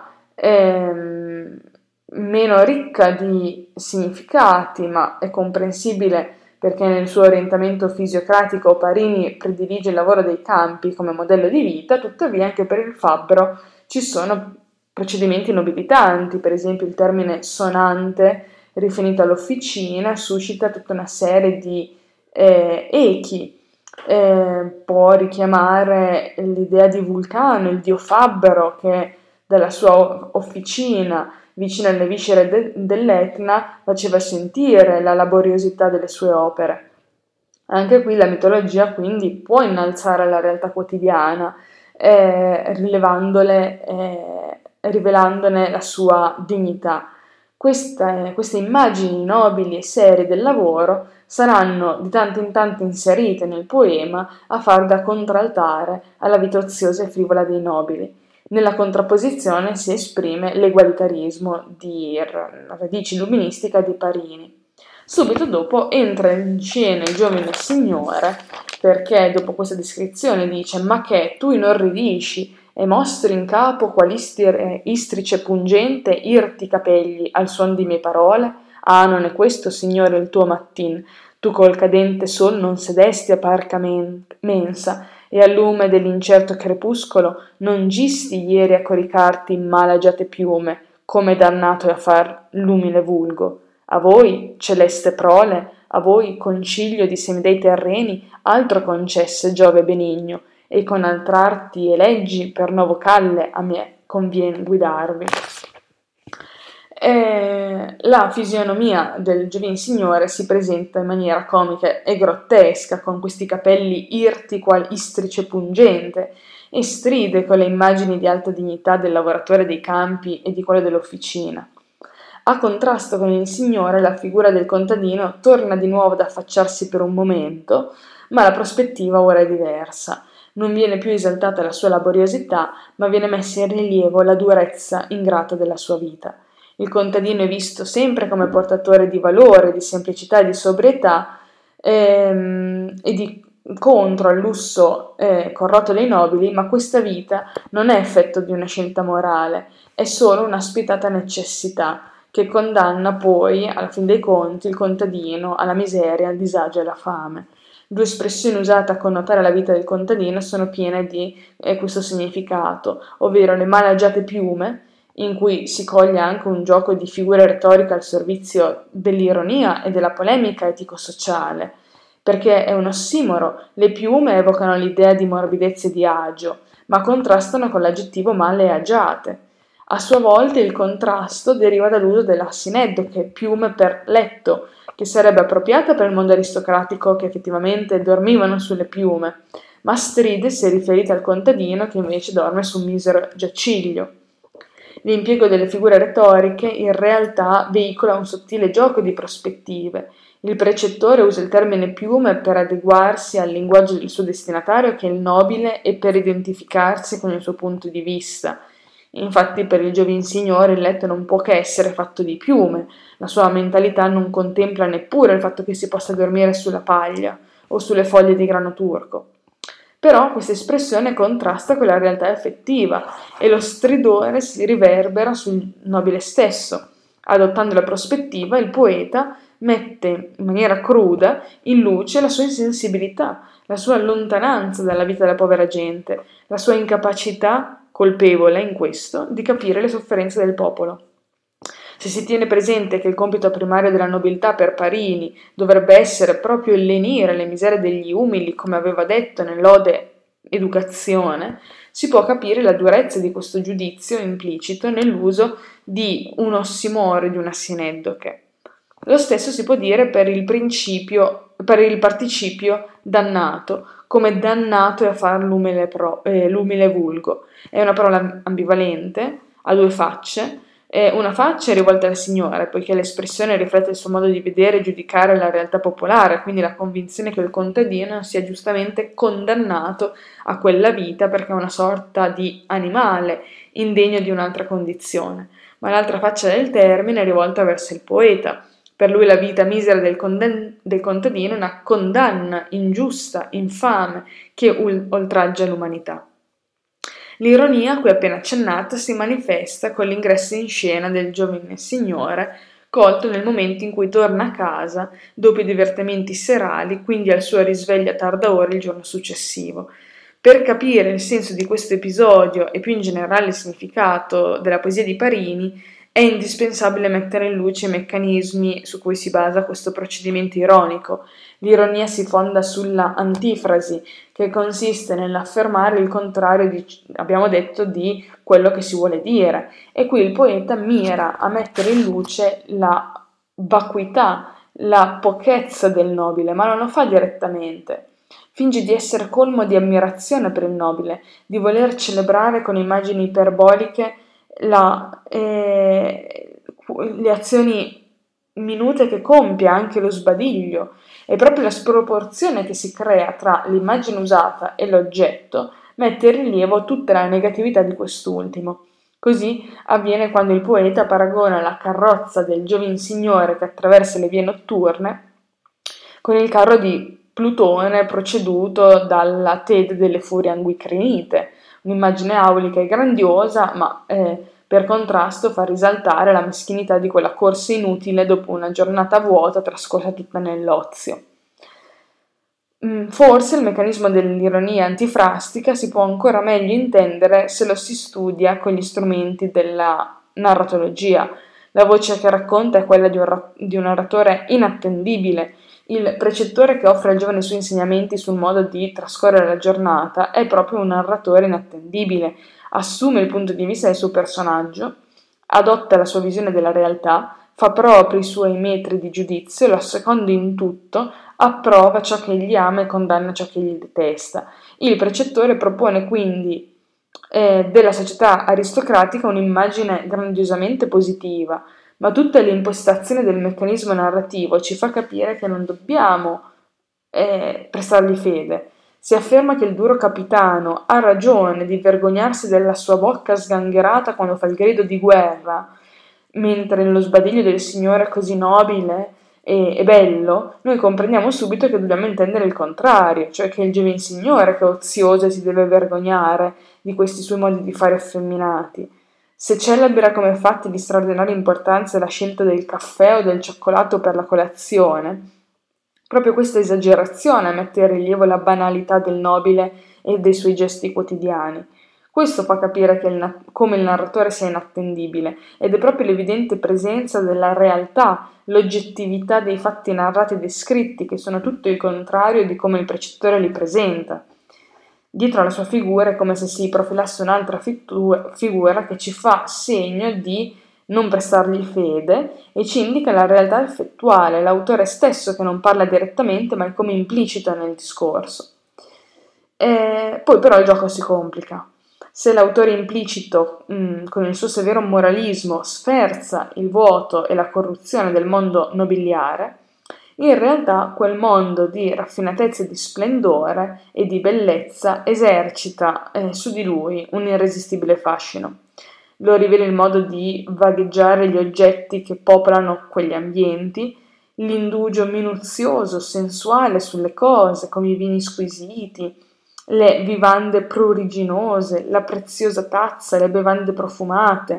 meno ricca di significati, ma è comprensibile perché nel suo orientamento fisiocratico Parini predilige il lavoro dei campi come modello di vita. Tuttavia anche per il fabbro ci sono procedimenti nobilitanti, per esempio il termine sonante riferito all'officina suscita tutta una serie di echi, può richiamare l'idea di Vulcano, il dio fabbro che dalla sua officina vicino alle viscere dell'Etna faceva sentire la laboriosità delle sue opere. Anche qui la mitologia quindi può innalzare la realtà quotidiana, rivelandone la sua dignità. Queste immagini nobili e serie del lavoro saranno di tanto in tanto inserite nel poema a far da contraltare alla vita oziosa e frivola dei nobili. Nella contrapposizione si esprime l'egualitarismo di radici illuministica di Parini. Subito dopo entra in scena il giovane signore, perché dopo questa descrizione dice: ma che tu inorridisci e mostri in capo qual istrice pungente irti capegli al suon di mie parole? Ah, non è questo, signore, il tuo mattin. Tu col cadente sol non sedesti a parca mensa, e al lume dell'incerto crepuscolo non gisti ieri a coricarti in malagiate piume, come dannato è a far l'umile vulgo. A voi, celeste prole, a voi, concilio di semidei terreni, altro concesse Giove benigno, e con altr'arti e leggi per novo calle a me convien guidarvi. La fisionomia del Giovin Signore si presenta in maniera comica e grottesca, con questi capelli irti qual istrice pungente, e stride con le immagini di alta dignità del lavoratore dei campi e di quello dell'officina. A contrasto con il Signore, la figura del contadino torna di nuovo ad affacciarsi per un momento, ma la prospettiva ora è diversa. Non viene più esaltata la sua laboriosità, ma viene messa in rilievo la durezza ingrata della sua vita. Il contadino è visto sempre come portatore di valore, di semplicità e di sobrietà, e di contro al lusso corrotto dei nobili, ma questa vita non è effetto di una scelta morale, è solo una spietata necessità che condanna poi, alla fin dei conti, il contadino alla miseria, al disagio e alla fame. Due espressioni usate a connotare la vita del contadino sono piene di questo significato, ovvero le male agiate piume, in cui si coglie anche un gioco di figure retoriche al servizio dell'ironia e della polemica etico-sociale, perché è un ossimoro. Le piume evocano l'idea di morbidezza e di agio, ma contrastano con l'aggettivo male agiate. A sua volta il contrasto deriva dall'uso dell'assineddo, che è piume per letto, che sarebbe appropriata per il mondo aristocratico che effettivamente dormivano sulle piume, ma stride se riferita al contadino che invece dorme su un misero giaciglio. L'impiego delle figure retoriche in realtà veicola un sottile gioco di prospettive. Il precettore usa il termine piume per adeguarsi al linguaggio del suo destinatario, che è il nobile, e per identificarsi con il suo punto di vista. Infatti per il Giovin Signore il letto non può che essere fatto di piume, la sua mentalità non contempla neppure il fatto che si possa dormire sulla paglia o sulle foglie di grano turco. Però questa espressione contrasta con la realtà effettiva e lo stridore si riverbera sul nobile stesso. Adottando la prospettiva, il poeta mette in maniera cruda in luce la sua insensibilità, la sua lontananza dalla vita della povera gente, la sua incapacità colpevole in questo di capire le sofferenze del popolo. Se si tiene presente che il compito primario della nobiltà per Parini dovrebbe essere proprio il lenire le miserie degli umili, come aveva detto nell'Ode Educazione, si può capire la durezza di questo giudizio implicito nell'uso di un ossimoro, di una sineddoche. Lo stesso si può dire per il participio dannato, come dannato è a far l'umile vulgo. È una parola ambivalente, ha due facce. Una faccia è rivolta al Signore, poiché l'espressione riflette il suo modo di vedere e giudicare la realtà popolare, quindi la convinzione che il contadino sia giustamente condannato a quella vita perché è una sorta di animale, indegno di un'altra condizione. Ma l'altra faccia del termine è rivolta verso il poeta. Per lui la vita misera del contadino è una condanna ingiusta, infame, che oltraggia l'umanità. L'ironia, a cui appena accennata, si manifesta con l'ingresso in scena del giovane signore, colto nel momento in cui torna a casa dopo i divertimenti serali, quindi al suo risveglio a tarda ora il giorno successivo. Per capire il senso di questo episodio e più in generale il significato della poesia di Parini, è indispensabile mettere in luce i meccanismi su cui si basa questo procedimento ironico. L'ironia si fonda sulla antifrasi, che consiste nell'affermare il contrario abbiamo detto, di quello che si vuole dire. E qui il poeta mira a mettere in luce la vacuità, la pochezza del nobile, ma non lo fa direttamente. Finge di essere colmo di ammirazione per il nobile, di voler celebrare con immagini iperboliche le azioni minute che compie, anche lo sbadiglio. È proprio la sproporzione che si crea tra l'immagine usata e l'oggetto mette in rilievo tutta la negatività di quest'ultimo. Così avviene quando il poeta paragona la carrozza del Giovin Signore che attraversa le vie notturne con il carro di Plutone proceduto dalla Tede delle furie anguicrinite, un'immagine aulica e grandiosa, ma per contrasto fa risaltare la meschinità di quella corsa inutile dopo una giornata vuota trascorsa tutta nell'ozio. Forse il meccanismo dell'ironia antifrastica si può ancora meglio intendere se lo si studia con gli strumenti della narratologia. La voce che racconta è quella di un narratore inattendibile. Il precettore che offre al giovane i suoi insegnamenti sul modo di trascorrere la giornata è proprio un narratore inattendibile. Assume il punto di vista del suo personaggio, adotta la sua visione della realtà, fa propri i suoi metri di giudizio, lo asseconda in tutto, approva ciò che egli ama e condanna ciò che egli detesta. Il precettore propone quindi della società aristocratica un'immagine grandiosamente positiva, ma tutta l'impostazione del meccanismo narrativo ci fa capire che non dobbiamo prestargli fede. Si afferma che il duro capitano ha ragione di vergognarsi della sua bocca sgangherata quando fa il grido di guerra, mentre nello sbadiglio del Signore così nobile e bello, noi comprendiamo subito che dobbiamo intendere il contrario, cioè che è il giovane Signore che è ozioso e si deve vergognare di questi suoi modi di fare effeminati. Se celebra come fatti di straordinaria importanza la scelta del caffè o del cioccolato per la colazione, proprio questa esagerazione mette in rilievo la banalità del nobile e dei suoi gesti quotidiani. Questo fa capire come il narratore sia inattendibile, ed è proprio l'evidente presenza della realtà, l'oggettività dei fatti narrati e descritti, che sono tutto il contrario di come il precettore li presenta. Dietro alla sua figura è come se si profilasse un'altra figura che ci fa segno di non prestargli fede e ci indica la realtà effettuale, l'autore stesso che non parla direttamente ma è come implicito nel discorso. Poi però il gioco si complica. Se l'autore implicito, con il suo severo moralismo, sferza il vuoto e la corruzione del mondo nobiliare, in realtà quel mondo di raffinatezza e di splendore e di bellezza esercita su di lui un irresistibile fascino. Lo rivela il modo di vagheggiare gli oggetti che popolano quegli ambienti, l'indugio minuzioso, sensuale sulle cose, come i vini squisiti, le vivande pruriginose, la preziosa tazza, le bevande profumate.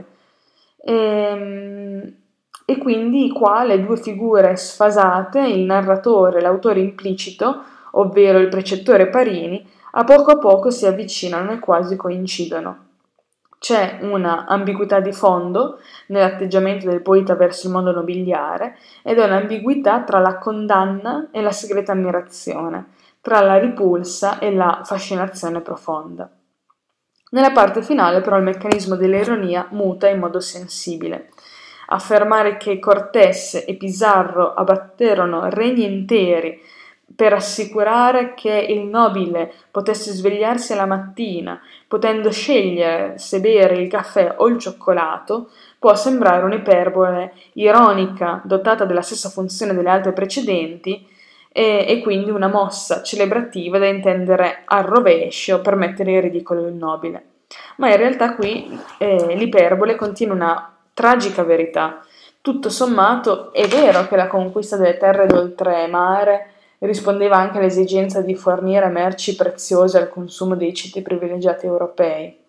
E quindi qua le due figure sfasate, il narratore e l'autore implicito, ovvero il precettore Parini, a poco si avvicinano e quasi coincidono. C'è una ambiguità di fondo nell'atteggiamento del poeta verso il mondo nobiliare ed è un'ambiguità tra la condanna e la segreta ammirazione, tra la ripulsa e la fascinazione profonda. Nella parte finale però il meccanismo dell'ironia muta in modo sensibile. Affermare che Cortés e Pizarro abbatterono regni interi per assicurare che il nobile potesse svegliarsi alla mattina, potendo scegliere se bere il caffè o il cioccolato, può sembrare un'iperbole ironica, dotata della stessa funzione delle altre precedenti, e quindi una mossa celebrativa da intendere al rovescio per mettere in ridicolo il nobile. Ma in realtà qui l'iperbole contiene una tragica verità. Tutto sommato è vero che la conquista delle terre d'oltremare rispondeva anche all'esigenza di fornire merci preziose al consumo dei ceti privilegiati europei.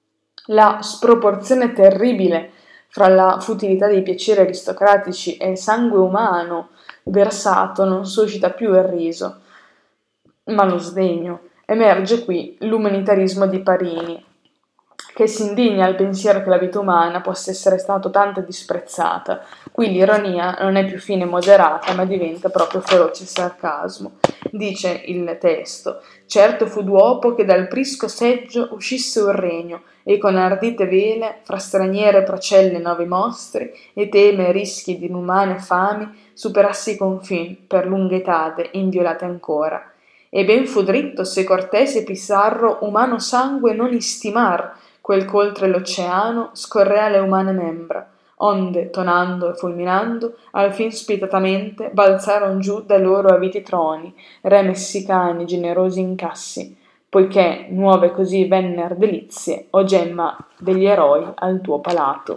La sproporzione terribile fra la futilità dei piaceri aristocratici e il sangue umano versato non suscita più il riso, ma lo sdegno. Emerge qui l'umanitarismo di Parini, che si indigna al pensiero che la vita umana possa essere stata tanto disprezzata. Qui l'ironia non è più fine e moderata, ma diventa proprio feroce sarcasmo. Dice il testo: certo fu d'uopo che dal prisco seggio uscisse un regno, e con ardite vele, fra straniere procelle novi mostri, e teme e rischi di inumane fami, superasse i confin, per lunghe etade, inviolate ancora. E ben fu dritto se Cortés e Pizarro umano sangue non istimar, quel ch'oltre l'oceano scorrea le umane membra, onde, tonando e fulminando, al fin spietatamente balzaron giù dai loro aviti troni, re messicani generosi incassi, poiché nuove così venner delizie, o gemma degli eroi al tuo palato.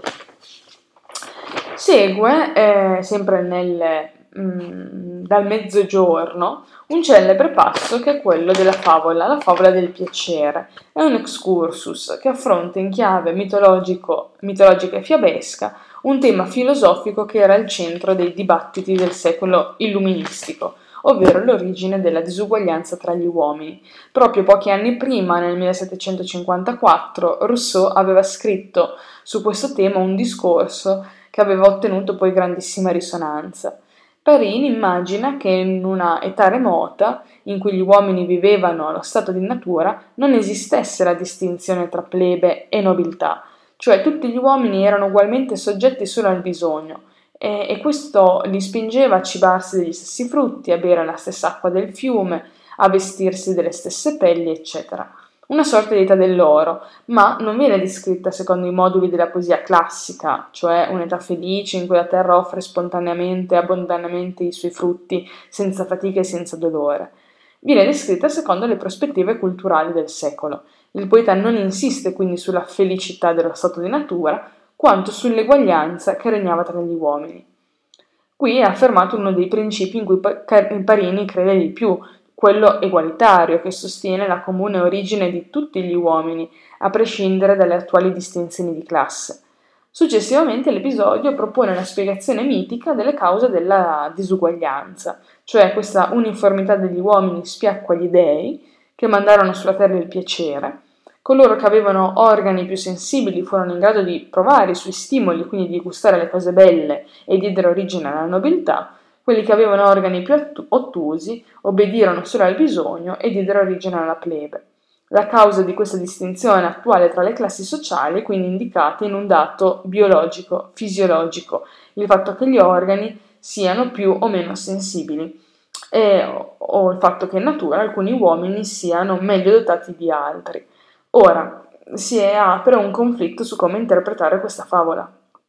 Segue, sempre dal mezzogiorno, un celebre passo che è quello della favola, la favola del piacere. È un excursus che affronta in chiave mitologica e fiabesca un tema filosofico che era al centro dei dibattiti del secolo illuministico, ovvero l'origine della disuguaglianza tra gli uomini. Proprio pochi anni prima, nel 1754, Rousseau aveva scritto su questo tema un discorso che aveva ottenuto poi grandissima risonanza. Parini immagina che in una età remota, in cui gli uomini vivevano allo stato di natura, non esistesse la distinzione tra plebe e nobiltà, cioè tutti gli uomini erano ugualmente soggetti solo al bisogno, e questo li spingeva a cibarsi degli stessi frutti, a bere la stessa acqua del fiume, a vestirsi delle stesse pelli, eccetera. Una sorta di età dell'oro, ma non viene descritta secondo i moduli della poesia classica, cioè un'età felice in cui la terra offre spontaneamente e abbondantemente i suoi frutti, senza fatica e senza dolore. Viene descritta secondo le prospettive culturali del secolo. Il poeta non insiste quindi sulla felicità dello stato di natura, quanto sull'eguaglianza che regnava tra gli uomini. Qui è affermato uno dei principi in cui Parini crede di più, quello egualitario, che sostiene la comune origine di tutti gli uomini, a prescindere dalle attuali distinzioni di classe. Successivamente l'episodio propone una spiegazione mitica delle cause della disuguaglianza, cioè questa uniformità degli uomini spiacqua gli dei, che mandarono sulla terra il piacere. Coloro che avevano organi più sensibili furono in grado di provare i suoi stimoli, quindi di gustare le cose belle e diedero origine alla nobiltà. Quelli che avevano organi più ottusi obbedirono solo al bisogno e diedero origine alla plebe. La causa di questa distinzione attuale tra le classi sociali è quindi indicata in un dato biologico, fisiologico, il fatto che gli organi siano più o meno sensibili, o il fatto che in natura alcuni uomini siano meglio dotati di altri. Ora, si apre un conflitto su come interpretare questa favola.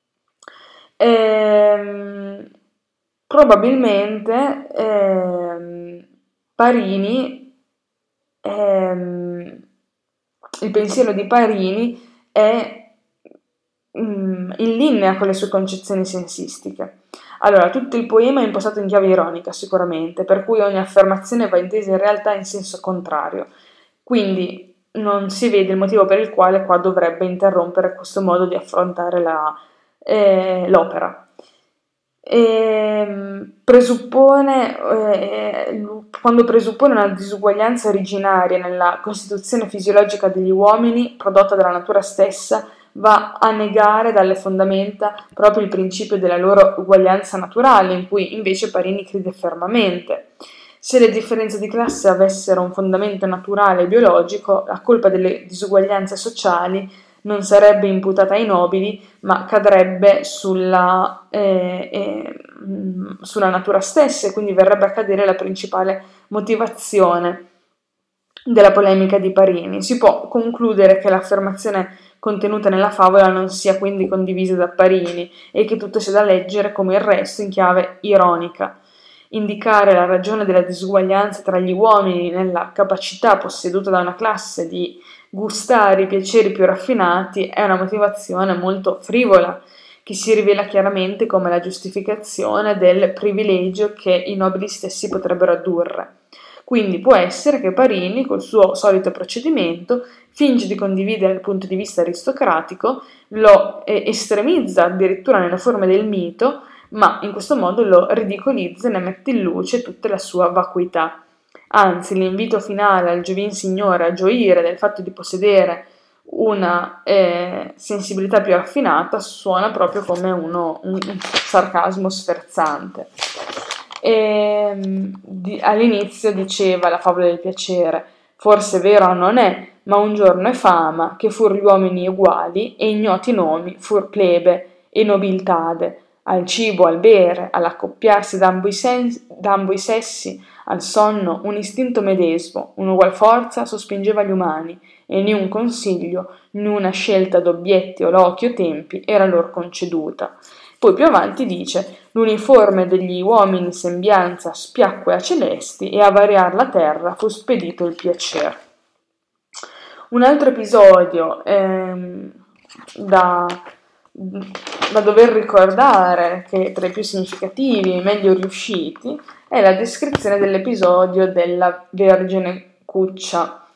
Probabilmente Parini, il pensiero di Parini è in linea con le sue concezioni sensistiche. Allora, tutto il poema è impostato in chiave ironica, sicuramente, per cui ogni affermazione va intesa in realtà in senso contrario. Quindi non si vede il motivo per il quale qua dovrebbe interrompere questo modo di affrontare l'opera. Quando presuppone una disuguaglianza originaria nella costituzione fisiologica degli uomini, prodotta dalla natura stessa, va a negare dalle fondamenta proprio il principio della loro uguaglianza naturale, in cui invece Parini crede fermamente. Se le differenze di classe avessero un fondamento naturale e biologico, la colpa delle disuguaglianze sociali non sarebbe imputata ai nobili, ma cadrebbe sulla natura stessa, e quindi verrebbe a cadere la principale motivazione della polemica di Parini. Si può concludere che l'affermazione contenuta nella favola non sia quindi condivisa da Parini e che tutto sia da leggere come il resto in chiave ironica. Indicare la ragione della disuguaglianza tra gli uomini nella capacità posseduta da una classe di gustare i piaceri più raffinati è una motivazione molto frivola, che si rivela chiaramente come la giustificazione del privilegio che i nobili stessi potrebbero addurre. Quindi può essere che Parini, col suo solito procedimento, finge di condividere il punto di vista aristocratico, lo estremizza addirittura nelle forme del mito, ma in questo modo lo ridicolizza e ne mette in luce tutta la sua vacuità. Anzi, l'invito finale al giovin signore a gioire del fatto di possedere una sensibilità più raffinata suona proprio come un sarcasmo sferzante. All'inizio diceva la favola del piacere: forse vero non è, ma un giorno è fama che fur gli uomini uguali e ignoti nomi fur plebe e nobiltade, al cibo, al bere, all'accoppiarsi d'ambo i sessi, al sonno un istinto medesimo, un'ugual forza sospingeva gli umani, e né un consiglio, né una scelta d'obietti o lochi o tempi era lor conceduta. Poi più avanti dice: l'uniforme degli uomini sembianza spiacque a celesti, e a variar la terra fu spedito il piacer. Un altro episodio da dover ricordare, che tra i più significativi e meglio riusciti, è la descrizione dell'episodio della Vergine Cuccia.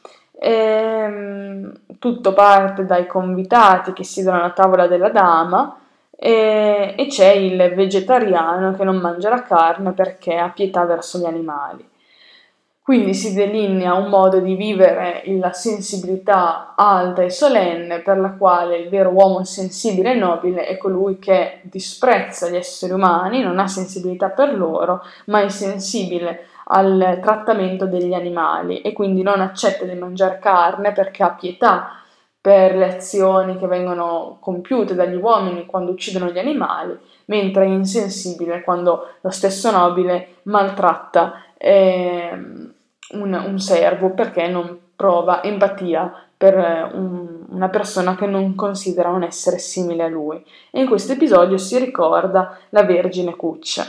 Tutto parte dai convitati che siedono alla tavola della dama, e c'è il vegetariano che non mangia la carne perché ha pietà verso gli animali. Quindi si delinea un modo di vivere la sensibilità alta e solenne, per la quale il vero uomo sensibile e nobile è colui che disprezza gli esseri umani, non ha sensibilità per loro, ma è sensibile al trattamento degli animali e quindi non accetta di mangiare carne perché ha pietà per le azioni che vengono compiute dagli uomini quando uccidono gli animali, mentre è insensibile quando lo stesso nobile maltratta un servo perché non prova empatia per una persona che non considera un essere simile a lui. E in questo episodio si ricorda la Vergine Cuccia.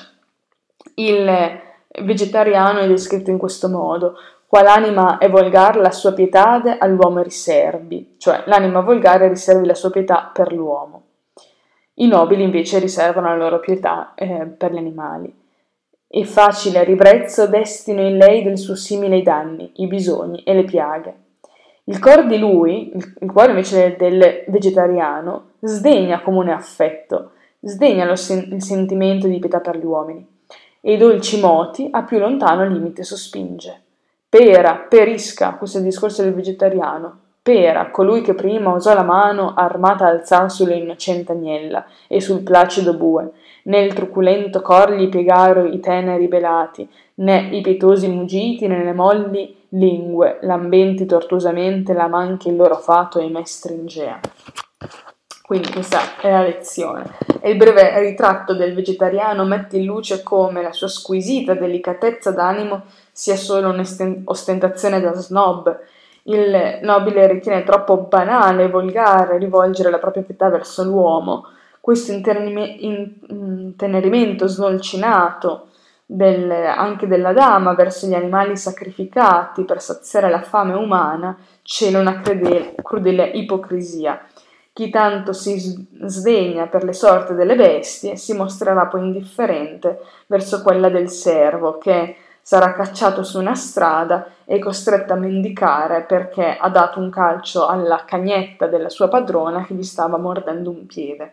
Il vegetariano è descritto in questo modo: qual anima è volgar, la sua pietade all'uomo riservi, cioè l'anima volgare riservi la sua pietà per l'uomo. I nobili invece riservano la loro pietà per gli animali. E facile a ribrezzo destino in lei del suo simile i danni, i bisogni e le piaghe. Il cor di lui, il cuore invece del vegetariano, sdegna comune affetto, sdegna il sentimento di pietà per gli uomini, e i dolci moti a più lontano limite sospinge. Perisca, questo è il discorso del vegetariano, pera, colui che prima osò la mano armata alzar sulla innocente agnella e sul placido bue, nel truculento cor gli piegaro i teneri belati, né i pietosi mugiti né le molli lingue, lambenti tortuosamente la man che il loro fato e me stringea. Quindi questa è la lezione. E il breve ritratto del vegetariano mette in luce come la sua squisita delicatezza d'animo sia solo un'ostentazione da snob. Il nobile ritiene troppo banale e volgare rivolgere la propria pietà verso l'uomo. Questo intenerimento snolcinato anche della dama verso gli animali sacrificati per saziare la fame umana cela una crudele ipocrisia. Chi tanto si sdegna per le sorti delle bestie si mostrerà poi indifferente verso quella del servo che sarà cacciato su una strada e costretto a mendicare perché ha dato un calcio alla cagnetta della sua padrona che gli stava mordendo un piede.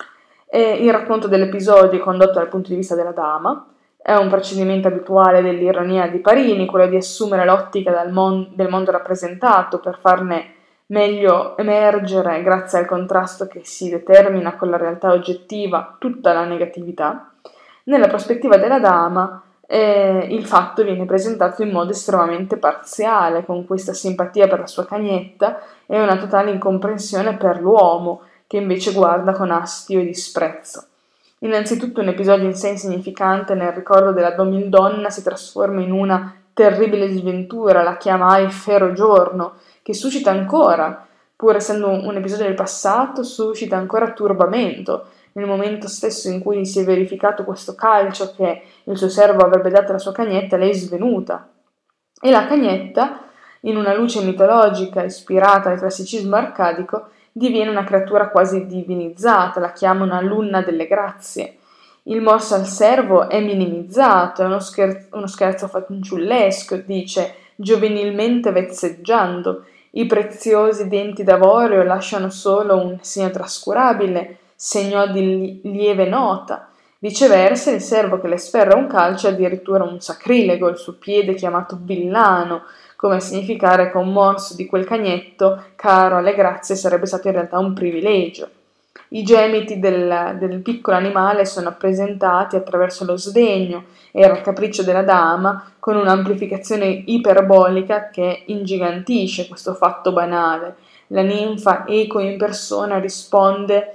E il racconto dell'episodio è condotto dal punto di vista della dama. È un procedimento abituale dell'ironia di Parini, quello di assumere l'ottica del mondo rappresentato per farne meglio emergere, grazie al contrasto che si determina con la realtà oggettiva, tutta la negatività. Nella prospettiva della dama, il fatto viene presentato in modo estremamente parziale, con questa simpatia per la sua cagnetta e una totale incomprensione per l'uomo, che invece guarda con astio e disprezzo. Innanzitutto un episodio in sé insignificante nel ricordo della domildonna si trasforma in una terribile sventura, la chiama Ai Fero Giorno, che suscita ancora, pur essendo un episodio del passato, suscita ancora turbamento. Nel momento stesso in cui si è verificato questo calcio che il suo servo avrebbe dato alla sua cagnetta, lei è svenuta. E la cagnetta, in una luce mitologica ispirata al classicismo arcadico, diviene una creatura quasi divinizzata, la chiamano una lunna delle grazie. Il morso al servo è minimizzato, è uno scherzo fanciullesco, dice, giovenilmente vezzeggiando. I preziosi denti d'avorio lasciano solo un segno trascurabile, segno di lieve nota. Viceversa, il servo che le sferra un calcio è addirittura un sacrilego, il suo piede chiamato villano, come a significare che un morso di quel cagnetto, caro alle grazie, sarebbe stato in realtà un privilegio. I gemiti del piccolo animale sono presentati attraverso lo sdegno e il raccapriccio della dama con un'amplificazione iperbolica che ingigantisce questo fatto banale. La ninfa eco in persona risponde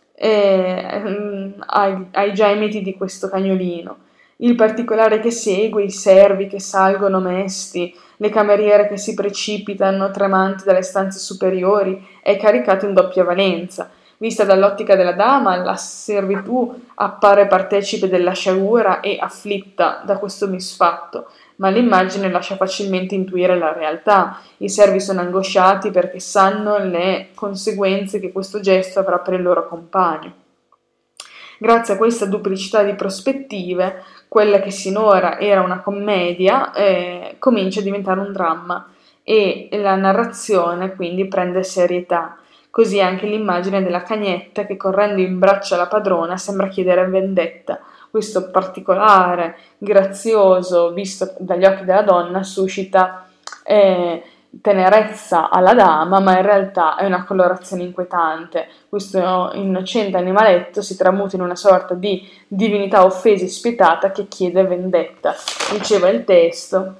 ai gemiti di questo cagnolino. Il particolare che segue, i servi che salgono mesti, le cameriere che si precipitano tremanti dalle stanze superiori, è caricato in doppia valenza. Vista dall'ottica della dama, la servitù appare partecipe della sciagura e afflitta da questo misfatto, ma l'immagine lascia facilmente intuire la realtà. I servi sono angosciati perché sanno le conseguenze che questo gesto avrà per il loro compagno. Grazie a questa duplicità di prospettive, quella che sinora era una commedia comincia a diventare un dramma e la narrazione quindi prende serietà. Così anche l'immagine della cagnetta che correndo in braccio alla padrona sembra chiedere vendetta. Questo particolare, grazioso, visto dagli occhi della donna, suscita tenerezza alla dama, ma in realtà è una colorazione inquietante. Questo innocente animaletto si tramuta in una sorta di divinità offesa e spietata che chiede vendetta. Diceva il testo.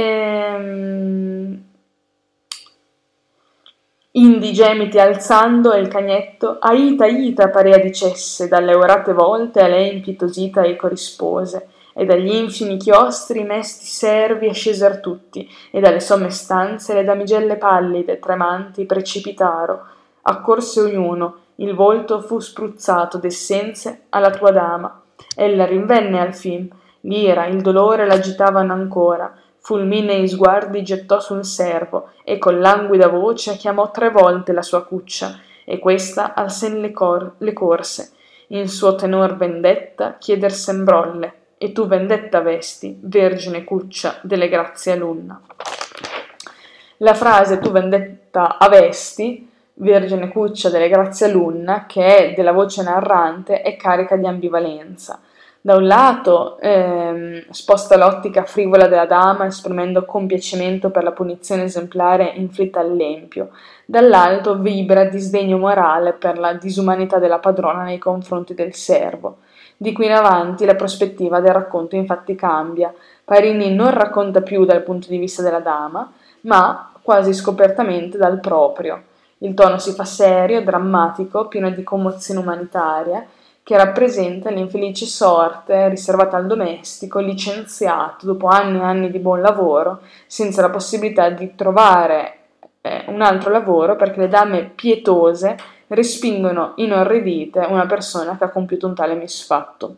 Indi gemiti alzando e il cagnetto, aita, aita, parea dicesse, dalle orate volte a lei impietosita e corrispose, e dagli infimi chiostri i mesti servi asceser tutti, e dalle somme stanze le damigelle pallide, tremanti, precipitaro. Accorse ognuno, il volto fu spruzzato d'essenze alla tua dama. Ella rinvenne al fin, l'ira, il dolore l'agitavano ancora, fulminei sguardi gettò sul servo e con languida voce chiamò 3 volte la sua cuccia e questa al sen le corse. In suo tenor vendetta chieder sembrolle e tu vendetta avesti, vergine cuccia delle grazie alunna. La frase tu vendetta avesti, vergine cuccia delle grazie alunna, che è della voce narrante, è carica di ambivalenza. Da un lato sposta l'ottica frivola della dama esprimendo compiacimento per la punizione esemplare inflitta all'empio, dall'altro vibra di sdegno morale per la disumanità della padrona nei confronti del servo. Di qui in avanti la prospettiva del racconto infatti cambia. Parini non racconta più dal punto di vista della dama, ma quasi scopertamente dal proprio. Il tono si fa serio, drammatico, pieno di commozione umanitaria, che rappresenta l'infelice sorte riservata al domestico licenziato dopo anni e anni di buon lavoro, senza la possibilità di trovare un altro lavoro perché le dame pietose respingono inorridite una persona che ha compiuto un tale misfatto.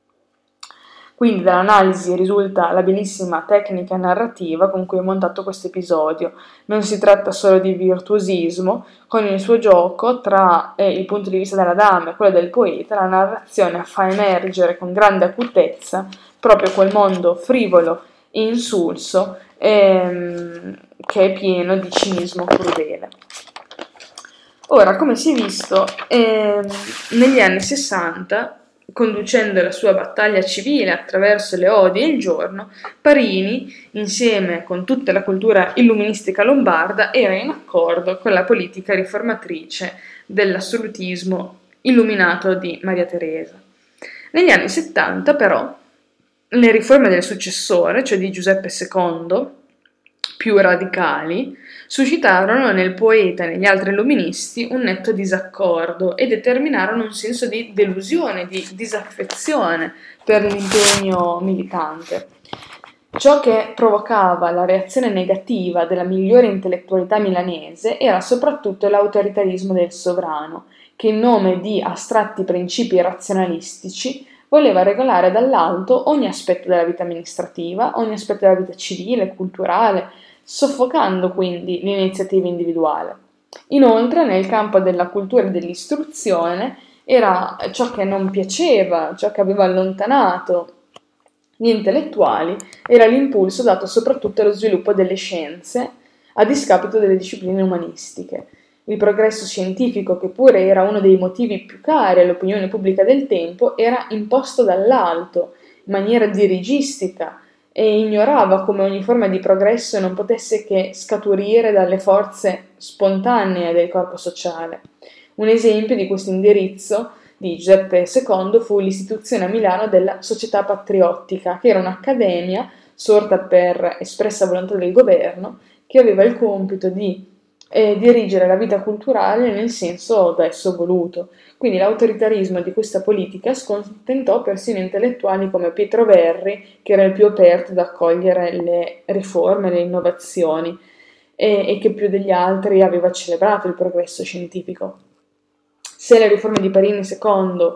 Quindi dall'analisi risulta la bellissima tecnica narrativa con cui è montato questo episodio. Non si tratta solo di virtuosismo, con il suo gioco tra il punto di vista della dama e quello del poeta, la narrazione fa emergere con grande acutezza proprio quel mondo frivolo e insulso che è pieno di cinismo crudele. Ora, come si è visto, negli anni 60, conducendo la sua battaglia civile attraverso le odi e il giorno, Parini, insieme con tutta la cultura illuministica lombarda, era in accordo con la politica riformatrice dell'assolutismo illuminato di Maria Teresa. Negli anni 70, però, le riforme del successore, cioè di Giuseppe II, più radicali, suscitarono nel poeta e negli altri illuministi un netto disaccordo e determinarono un senso di delusione, di disaffezione per l'impegno militante. Ciò che provocava la reazione negativa della migliore intellettualità milanese era soprattutto l'autoritarismo del sovrano, che in nome di astratti principi razionalistici voleva regolare dall'alto ogni aspetto della vita amministrativa, ogni aspetto della vita civile, culturale, soffocando quindi l'iniziativa individuale. Inoltre, nel campo della cultura e dell'istruzione, era ciò che non piaceva, ciò che aveva allontanato gli intellettuali, era l'impulso dato soprattutto allo sviluppo delle scienze a discapito delle discipline umanistiche. Il progresso scientifico, che pure era uno dei motivi più cari all'opinione pubblica del tempo, era imposto dall'alto, in maniera dirigistica, e ignorava come ogni forma di progresso non potesse che scaturire dalle forze spontanee del corpo sociale. Un esempio di questo indirizzo di Giuseppe II fu l'istituzione a Milano della Società Patriottica, che era un'accademia sorta per espressa volontà del governo, che aveva il compito di dirigere la vita culturale nel senso da esso voluto. Quindi l'autoritarismo di questa politica scontentò persino intellettuali come Pietro Verri, che era il più aperto ad accogliere le riforme, le innovazioni e che più degli altri aveva celebrato il progresso scientifico. Se le riforme di Parini II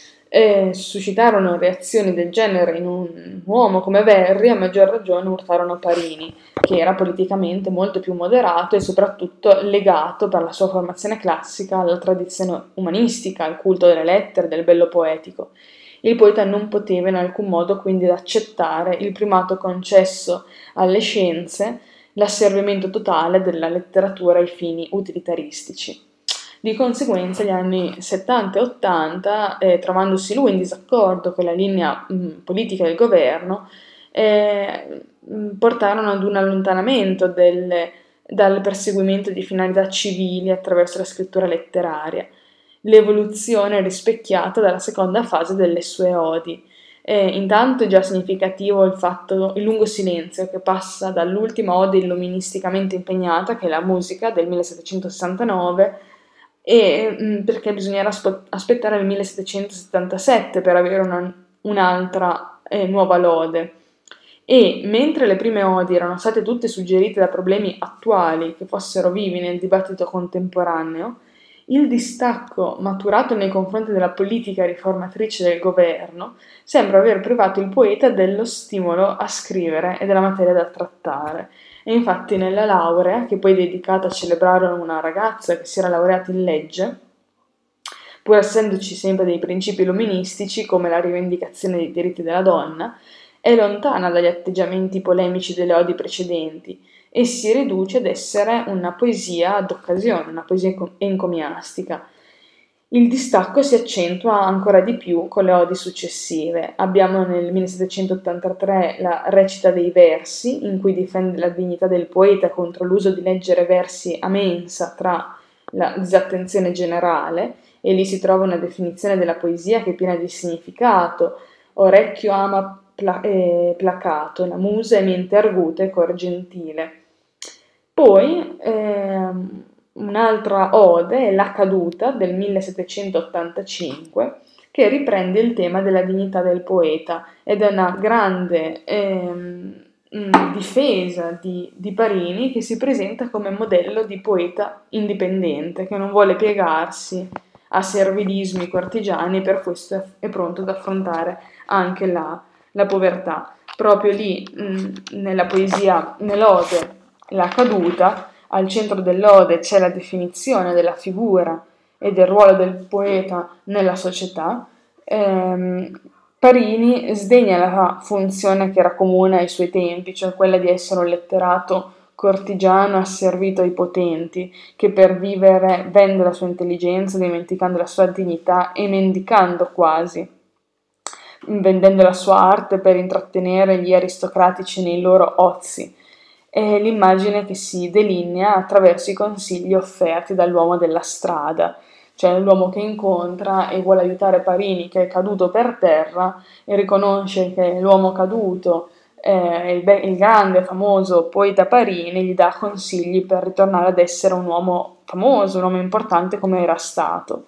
suscitarono reazioni del genere in un uomo come Verri, a maggior ragione urtarono Parini, che era politicamente molto più moderato e soprattutto legato per la sua formazione classica alla tradizione umanistica, al culto delle lettere, del bello poetico. Il poeta non poteva in alcun modo quindi accettare il primato concesso alle scienze, l'asservimento totale della letteratura ai fini utilitaristici. Di conseguenza gli anni 70 e 80, trovandosi lui in disaccordo con la linea politica del governo, portarono ad un allontanamento dal perseguimento di finalità civili attraverso la scrittura letteraria. L'evoluzione è rispecchiata dalla seconda fase delle sue odi. Intanto è già significativo il lungo silenzio che passa dall'ultima ode illuministicamente impegnata, che è la musica del 1769, perché bisognerà aspettare il 1777 per avere un'altra nuova lode. E mentre le prime odi erano state tutte suggerite da problemi attuali che fossero vivi nel dibattito contemporaneo, il distacco maturato nei confronti della politica riformatrice del governo sembra aver privato il poeta dello stimolo a scrivere e della materia da trattare. E infatti nella laurea, che poi è dedicata a celebrare una ragazza che si era laureata in legge, pur essendoci sempre dei principi illuministici come la rivendicazione dei diritti della donna, è lontana dagli atteggiamenti polemici delle odi precedenti e si riduce ad essere una poesia ad occasione, una poesia encomiastica. Il distacco si accentua ancora di più con le odi successive. Abbiamo nel 1783 la Recita dei versi, in cui difende la dignità del poeta contro l'uso di leggere versi a mensa tra la disattenzione generale, e lì si trova una definizione della poesia che è piena di significato. Orecchio ama placato, la musa è mente arguta e cor gentile. Poi un'altra ode è La caduta del 1785, che riprende il tema della dignità del poeta ed è una grande difesa di Parini, che si presenta come modello di poeta indipendente, che non vuole piegarsi a servilismi cortigiani e per questo è pronto ad affrontare anche la povertà. Proprio lì, nella poesia, nell'ode La caduta, al centro dell'ode c'è la definizione della figura e del ruolo del poeta nella società. Parini sdegna la funzione che era comune ai suoi tempi, cioè quella di essere un letterato cortigiano asservito ai potenti, che per vivere vende la sua intelligenza, dimenticando la sua dignità e mendicando quasi, vendendo la sua arte per intrattenere gli aristocratici nei loro ozi. È l'immagine che si delinea attraverso i consigli offerti dall'uomo della strada, cioè l'uomo che incontra e vuole aiutare Parini, che è caduto per terra, e riconosce che l'uomo caduto, il grande famoso poeta Parini, gli dà consigli per ritornare ad essere un uomo famoso, un uomo importante come era stato.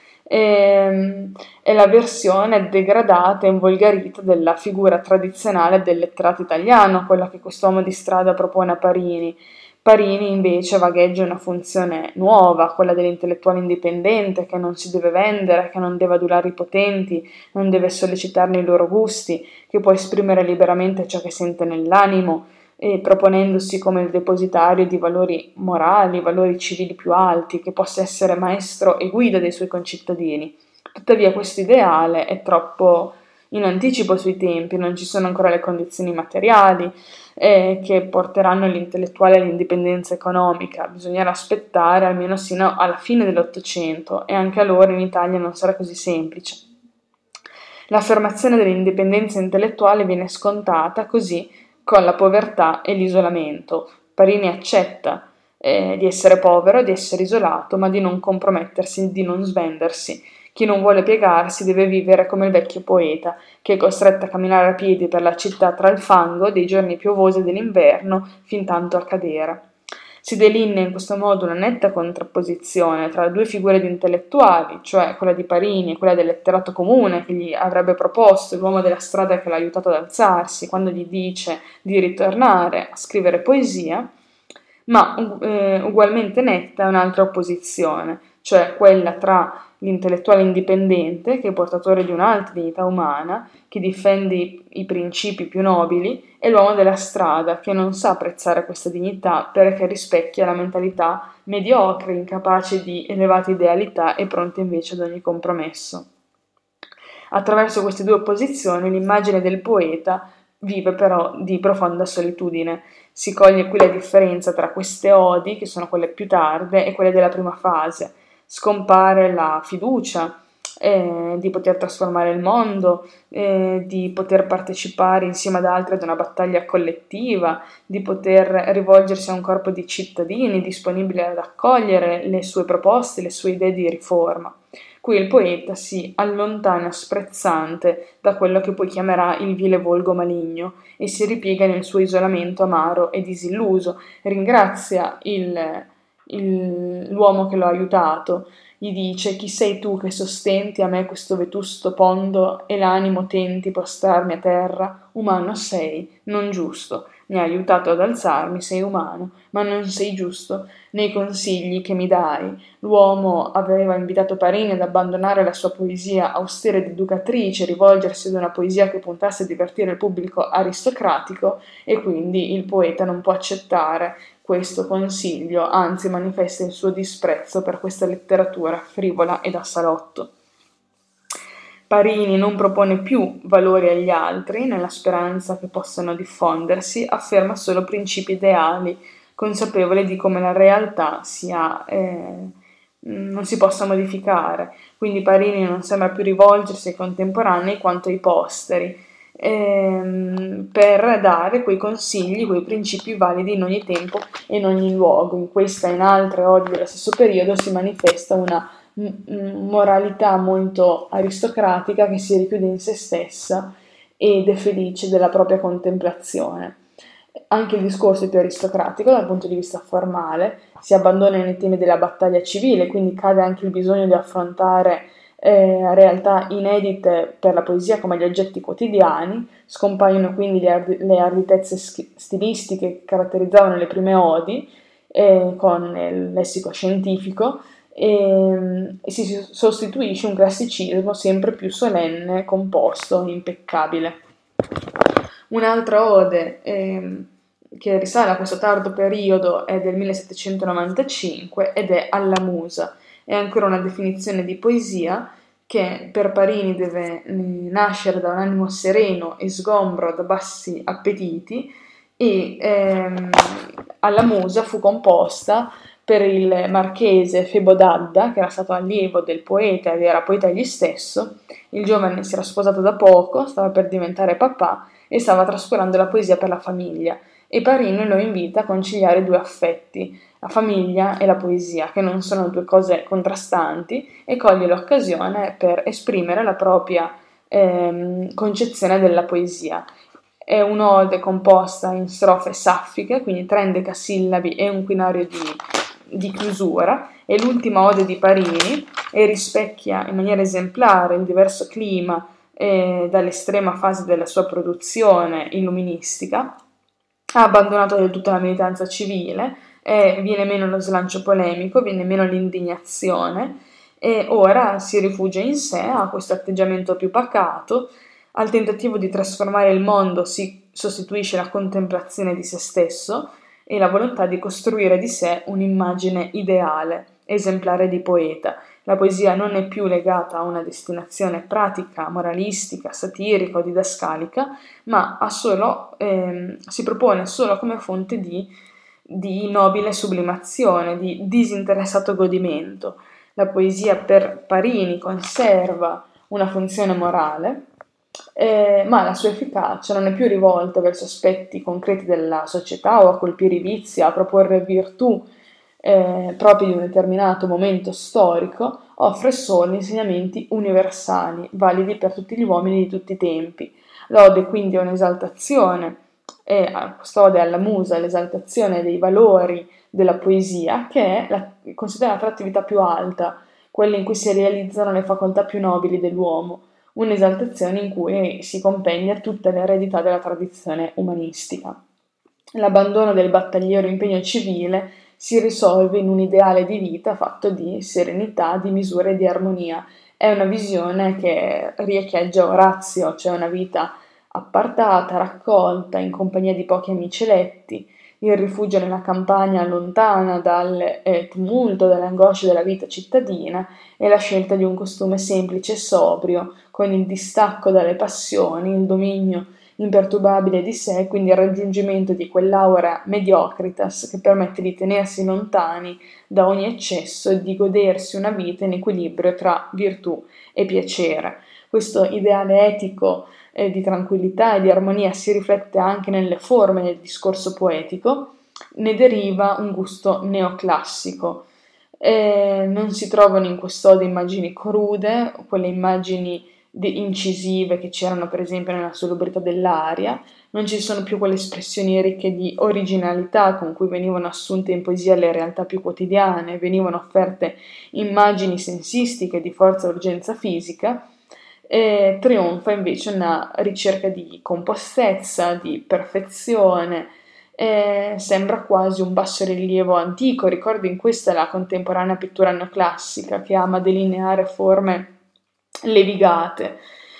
È la versione degradata e involgarita della figura tradizionale del letterato italiano, quella che quest'uomo di strada propone a Parini. Parini invece vagheggia una funzione nuova, quella dell'intellettuale indipendente, che non si deve vendere, che non deve adulare i potenti, non deve sollecitarne i loro gusti, che può esprimere liberamente ciò che sente nell'animo, e proponendosi come il depositario di valori morali, valori civili più alti, che possa essere maestro e guida dei suoi concittadini. Tuttavia questo ideale è troppo in anticipo sui tempi, non ci sono ancora le condizioni materiali che porteranno l'intellettuale all'indipendenza economica. Bisognerà aspettare almeno sino alla fine dell'Ottocento, e anche allora in Italia non sarà così semplice. L'affermazione dell'indipendenza intellettuale viene scontata così con la povertà e l'isolamento. Parini accetta di essere povero, di essere isolato, ma di non compromettersi, di non svendersi. Chi non vuole piegarsi deve vivere come il vecchio poeta, che è costretto a camminare a piedi per la città tra il fango dei giorni piovosi dell'inverno, fin tanto a cadere. Si delinea in questo modo una netta contrapposizione tra le due figure di intellettuali, cioè quella di Parini e quella del letterato comune che gli avrebbe proposto l'uomo della strada che l'ha aiutato ad alzarsi quando gli dice di ritornare a scrivere poesia, ma ugualmente netta è un'altra opposizione, cioè quella tra l'intellettuale indipendente, che è portatore di un'alta dignità umana, che difende i principi più nobili, e l'uomo della strada, che non sa apprezzare questa dignità perché rispecchia la mentalità mediocre, incapace di elevate idealità e pronta invece ad ogni compromesso. Attraverso queste due opposizioni l'immagine del poeta vive però di profonda solitudine. Si coglie qui la differenza tra queste odi, che sono quelle più tarde, e quelle della prima fase. scompare la fiducia di poter trasformare il mondo, di poter partecipare insieme ad altri ad una battaglia collettiva, di poter rivolgersi a un corpo di cittadini disponibili ad accogliere le sue proposte, le sue idee di riforma. Qui il poeta si allontana sprezzante da quello che poi chiamerà il vile volgo maligno e si ripiega nel suo isolamento amaro e disilluso, ringrazia l'uomo che lo ha aiutato, gli dice: chi sei tu che sostenti a me questo vetusto pondo e l'animo tenti postrarmi a terra? Umano sei, non giusto. Mi hai aiutato ad alzarmi, sei umano, ma non sei giusto nei consigli che mi dai. L'uomo aveva invitato Parini ad abbandonare la sua poesia austera ed educatrice, rivolgersi ad una poesia che puntasse a divertire il pubblico aristocratico, e quindi il poeta non può accettare questo consiglio, anzi manifesta il suo disprezzo per questa letteratura frivola e da salotto. Parini non propone più valori agli altri, nella speranza che possano diffondersi, afferma solo principi ideali, consapevole di come la realtà non si possa modificare. Quindi Parini non sembra più rivolgersi ai contemporanei quanto ai posteri, per dare quei consigli, quei principi validi in ogni tempo e in ogni luogo. In questa e in altre odi dello stesso periodo si manifesta una moralità molto aristocratica che si richiude in se stessa ed è felice della propria contemplazione. Anche il discorso è più aristocratico dal punto di vista formale, si abbandona nei temi della battaglia civile, quindi cade anche il bisogno di affrontare realtà inedite per la poesia come gli oggetti quotidiani, scompaiono quindi le arditezze stilistiche che caratterizzavano le prime odi con il lessico scientifico, e si sostituisce un classicismo sempre più solenne, composto, impeccabile. Un'altra ode che risale a questo tardo periodo è del 1795 ed è Alla Musa. È ancora una definizione di poesia che per Parini deve nascere da un animo sereno e sgombro da bassi appetiti, e Alla Musa fu composta per il marchese Febo D'Adda, che era stato allievo del poeta ed era poeta egli stesso. Il giovane si era sposato da poco, stava per diventare papà e stava trascurando la poesia per la famiglia, e Parini lo invita a conciliare due affetti, la famiglia e la poesia, che non sono due cose contrastanti, e coglie l'occasione per esprimere la propria concezione della poesia. È un'ode composta in strofe saffiche, quindi 3 endecasillabi e un quinario di chiusura, è l'ultima ode di Parini e rispecchia in maniera esemplare il diverso clima dall'estrema fase della sua produzione illuministica. Ha abbandonato del tutto la militanza civile, viene meno lo slancio polemico, viene meno l'indignazione, e ora si rifugia in sé, a questo atteggiamento più pacato. Al tentativo di trasformare il mondo si sostituisce la contemplazione di se stesso e la volontà di costruire di sé un'immagine ideale, esemplare di poeta. La poesia non è più legata a una destinazione pratica, moralistica, satirica o didascalica, ma si propone solo come fonte di nobile sublimazione, di disinteressato godimento. La poesia per Parini conserva una funzione morale, ma la sua efficacia non è più rivolta verso aspetti concreti della società o a colpire i vizi, a proporre virtù propri di un determinato momento storico, offre solo insegnamenti universali, validi per tutti gli uomini di tutti i tempi. L'ode quindi è un'esaltazione, quest'ode alla musa, l'esaltazione dei valori della poesia, che è considerata l'attività più alta, quella in cui si realizzano le facoltà più nobili dell'uomo, un'esaltazione in cui si compendia tutta l'eredità della tradizione umanistica. L'abbandono del battagliero impegno civile si risolve in un ideale di vita fatto di serenità, di misura e di armonia. È una visione che riecheggia Orazio, cioè una vita appartata, raccolta, in compagnia di pochi amici eletti, il rifugio nella campagna lontana dal tumulto, dalle angosce della vita cittadina, e la scelta di un costume semplice e sobrio, con il distacco dalle passioni, il dominio imperturbabile di sé, quindi il raggiungimento di quell'aura mediocritas che permette di tenersi lontani da ogni eccesso e di godersi una vita in equilibrio tra virtù e piacere. Questo ideale etico di tranquillità e di armonia si riflette anche nelle forme del discorso poetico, ne deriva un gusto neoclassico. Non si trovano in quest'ode immagini crude, quelle immagini incisive che c'erano per esempio nella salubrità dell'aria, non ci sono più quelle espressioni ricche di originalità con cui venivano assunte in poesia le realtà più quotidiane, venivano offerte immagini sensistiche di forza e urgenza fisica, e trionfa invece una ricerca di compostezza, di perfezione, sembra quasi un bassorilievo antico. Ricordo in questa la contemporanea pittura neoclassica che ama delineare forme levigate.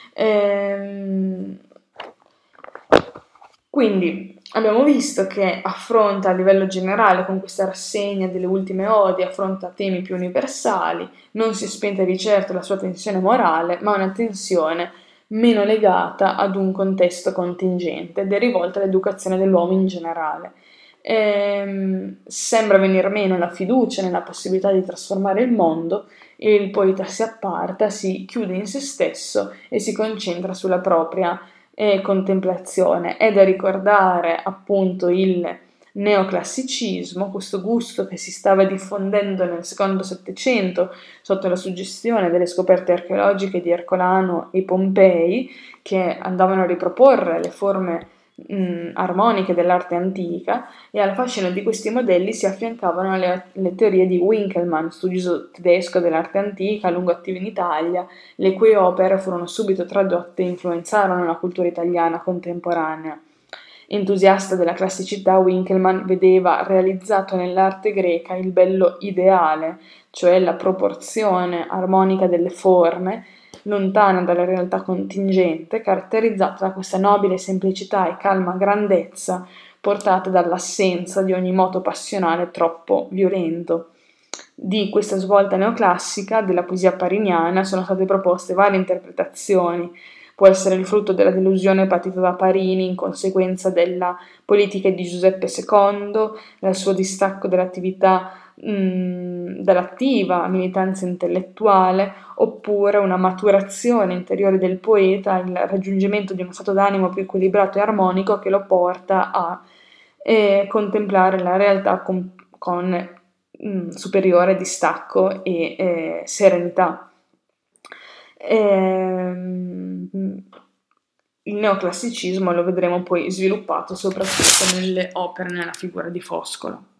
Quindi abbiamo visto che affronta a livello generale, con questa rassegna delle ultime odi, affronta temi più universali, non si è spenta di certo la sua tensione morale, ma una tensione meno legata ad un contesto contingente ed è rivolta all'educazione dell'uomo in generale. Sembra venir meno la fiducia nella possibilità di trasformare il mondo e il poeta si apparta, si chiude in se stesso e si concentra sulla propria contemplazione. È da ricordare appunto il neoclassicismo, questo gusto che si stava diffondendo nel secondo Settecento sotto la suggestione delle scoperte archeologiche di Ercolano e Pompei, che andavano a riproporre le forme armoniche dell'arte antica, e al fascino di questi modelli si affiancavano le teorie di Winckelmann, studioso tedesco dell'arte antica, a lungo attivo in Italia, le cui opere furono subito tradotte e influenzarono la cultura italiana contemporanea. Entusiasta della classicità, Winckelmann vedeva realizzato nell'arte greca il bello ideale, cioè la proporzione armonica delle forme, lontana dalla realtà contingente, caratterizzata da questa nobile semplicità e calma grandezza portata dall'assenza di ogni moto passionale troppo violento. Di questa svolta neoclassica della poesia pariniana sono state proposte varie interpretazioni. Può essere il frutto della delusione patita da Parini in conseguenza della politica di Giuseppe II, dal suo distacco dall'attività dall'attiva militanza intellettuale, oppure una maturazione interiore del poeta, il raggiungimento di uno stato d'animo più equilibrato e armonico che lo porta a contemplare la realtà con superiore distacco e serenità. Il neoclassicismo lo vedremo poi sviluppato soprattutto nelle opere nella figura di Foscolo.